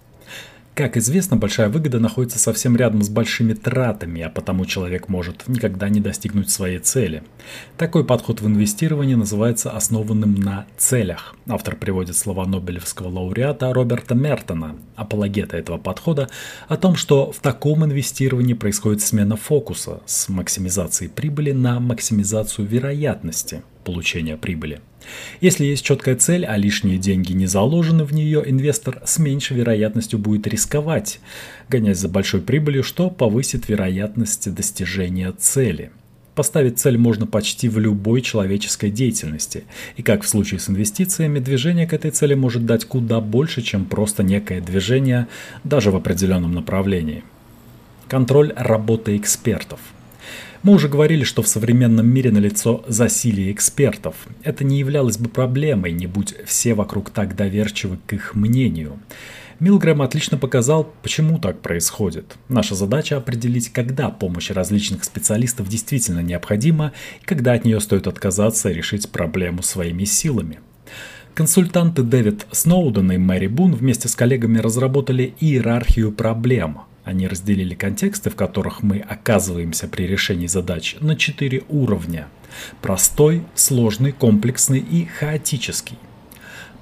Как известно, большая выгода находится совсем рядом с большими тратами, а потому человек может никогда не достигнуть своей цели. Такой подход в инвестировании называется основанным на целях. Автор приводит слова нобелевского лауреата Роберта Мертона, апологета этого подхода, о том, что в таком инвестировании происходит смена фокуса с максимизации прибыли на максимизацию вероятности получения прибыли. Если есть четкая цель, а лишние деньги не заложены в нее, инвестор с меньшей вероятностью будет рисковать, гонясь за большой прибылью, что повысит вероятность достижения цели. Поставить цель можно почти в любой человеческой деятельности, и как в случае с инвестициями, движение к этой цели может дать куда больше, чем просто некое движение, даже в определенном направлении. Контроль работы экспертов. Мы уже говорили, что в современном мире налицо засилье экспертов. Это не являлось бы проблемой, не будь все вокруг так доверчивы к их мнению. Милгрэм отлично показал, почему так происходит. Наша задача определить, когда помощь различных специалистов действительно необходима и когда от нее стоит отказаться и решить проблему своими силами. Консультанты Дэвид Сноуден и Мэри Бун вместе с коллегами разработали иерархию проблем. Они разделили контексты, в которых мы оказываемся при решении задач, на четыре уровня – простой, сложный, комплексный и хаотический.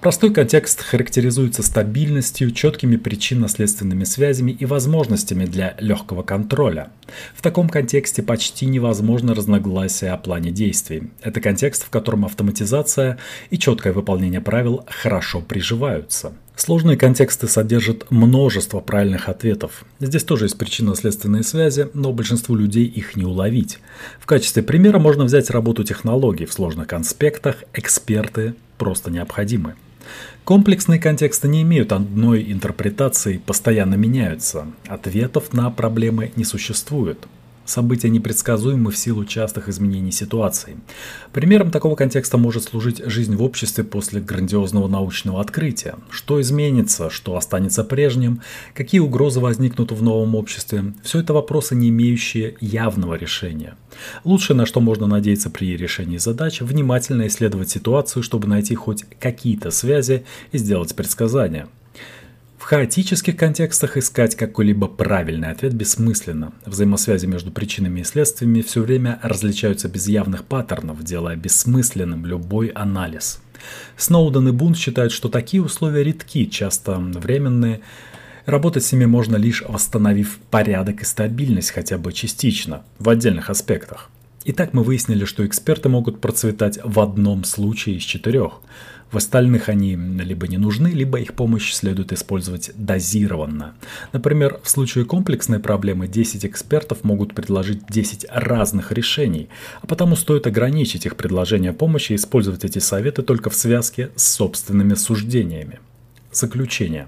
Простой контекст характеризуется стабильностью, четкими причинно-следственными связями и возможностями для легкого контроля. В таком контексте почти невозможно разногласие о плане действий. Это контекст, в котором автоматизация и четкое выполнение правил хорошо приживаются. Сложные контексты содержат множество правильных ответов. Здесь тоже есть причинно-следственные связи, но большинству людей их не уловить. В качестве примера можно взять работу технологий. В сложных конспектах эксперты просто необходимы. Комплексные контексты не имеют одной интерпретации, постоянно меняются. Ответов на проблемы не существует. События непредсказуемы в силу частых изменений ситуации. Примером такого контекста может служить жизнь в обществе после грандиозного научного открытия. Что изменится, что останется прежним, какие угрозы возникнут в новом обществе – все это вопросы, не имеющие явного решения. Лучшее, на что можно надеяться при решении задач – внимательно исследовать ситуацию, чтобы найти хоть какие-то связи и сделать предсказания. В хаотических контекстах искать какой-либо правильный ответ бессмысленно. Взаимосвязи между причинами и следствиями все время различаются без явных паттернов, делая бессмысленным любой анализ. Сноуден и Бунт считают, что такие условия редки, часто временные. Работать с ними можно лишь восстановив порядок и стабильность хотя бы частично, в отдельных аспектах. Итак, мы выяснили, что эксперты могут процветать в одном случае из четырех. В остальных они либо не нужны, либо их помощь следует использовать дозированно. Например, в случае комплексной проблемы десять экспертов могут предложить десять разных решений, а потому стоит ограничить их предложение помощи и использовать эти советы только в связке с собственными суждениями. Заключение.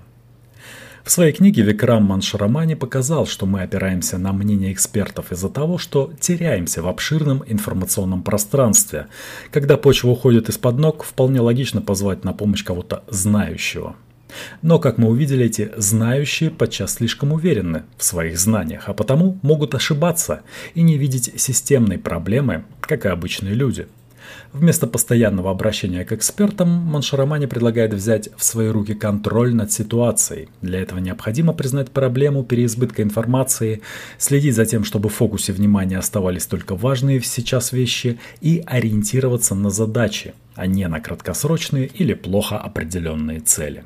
В своей книге Викрам Маншарамани показал, что мы опираемся на мнение экспертов из-за того, что теряемся в обширном информационном пространстве. Когда почва уходит из-под ног, вполне логично позвать на помощь кого-то знающего. Но, как мы увидели, эти знающие подчас слишком уверены в своих знаниях, а потому могут ошибаться и не видеть системной проблемы, как и обычные люди. Вместо постоянного обращения к экспертам Маншарамани предлагает взять в свои руки контроль над ситуацией. Для этого необходимо признать проблему переизбытка информации, следить за тем, чтобы в фокусе внимания оставались только важные сейчас вещи и ориентироваться на задачи, а не на краткосрочные или плохо определенные цели.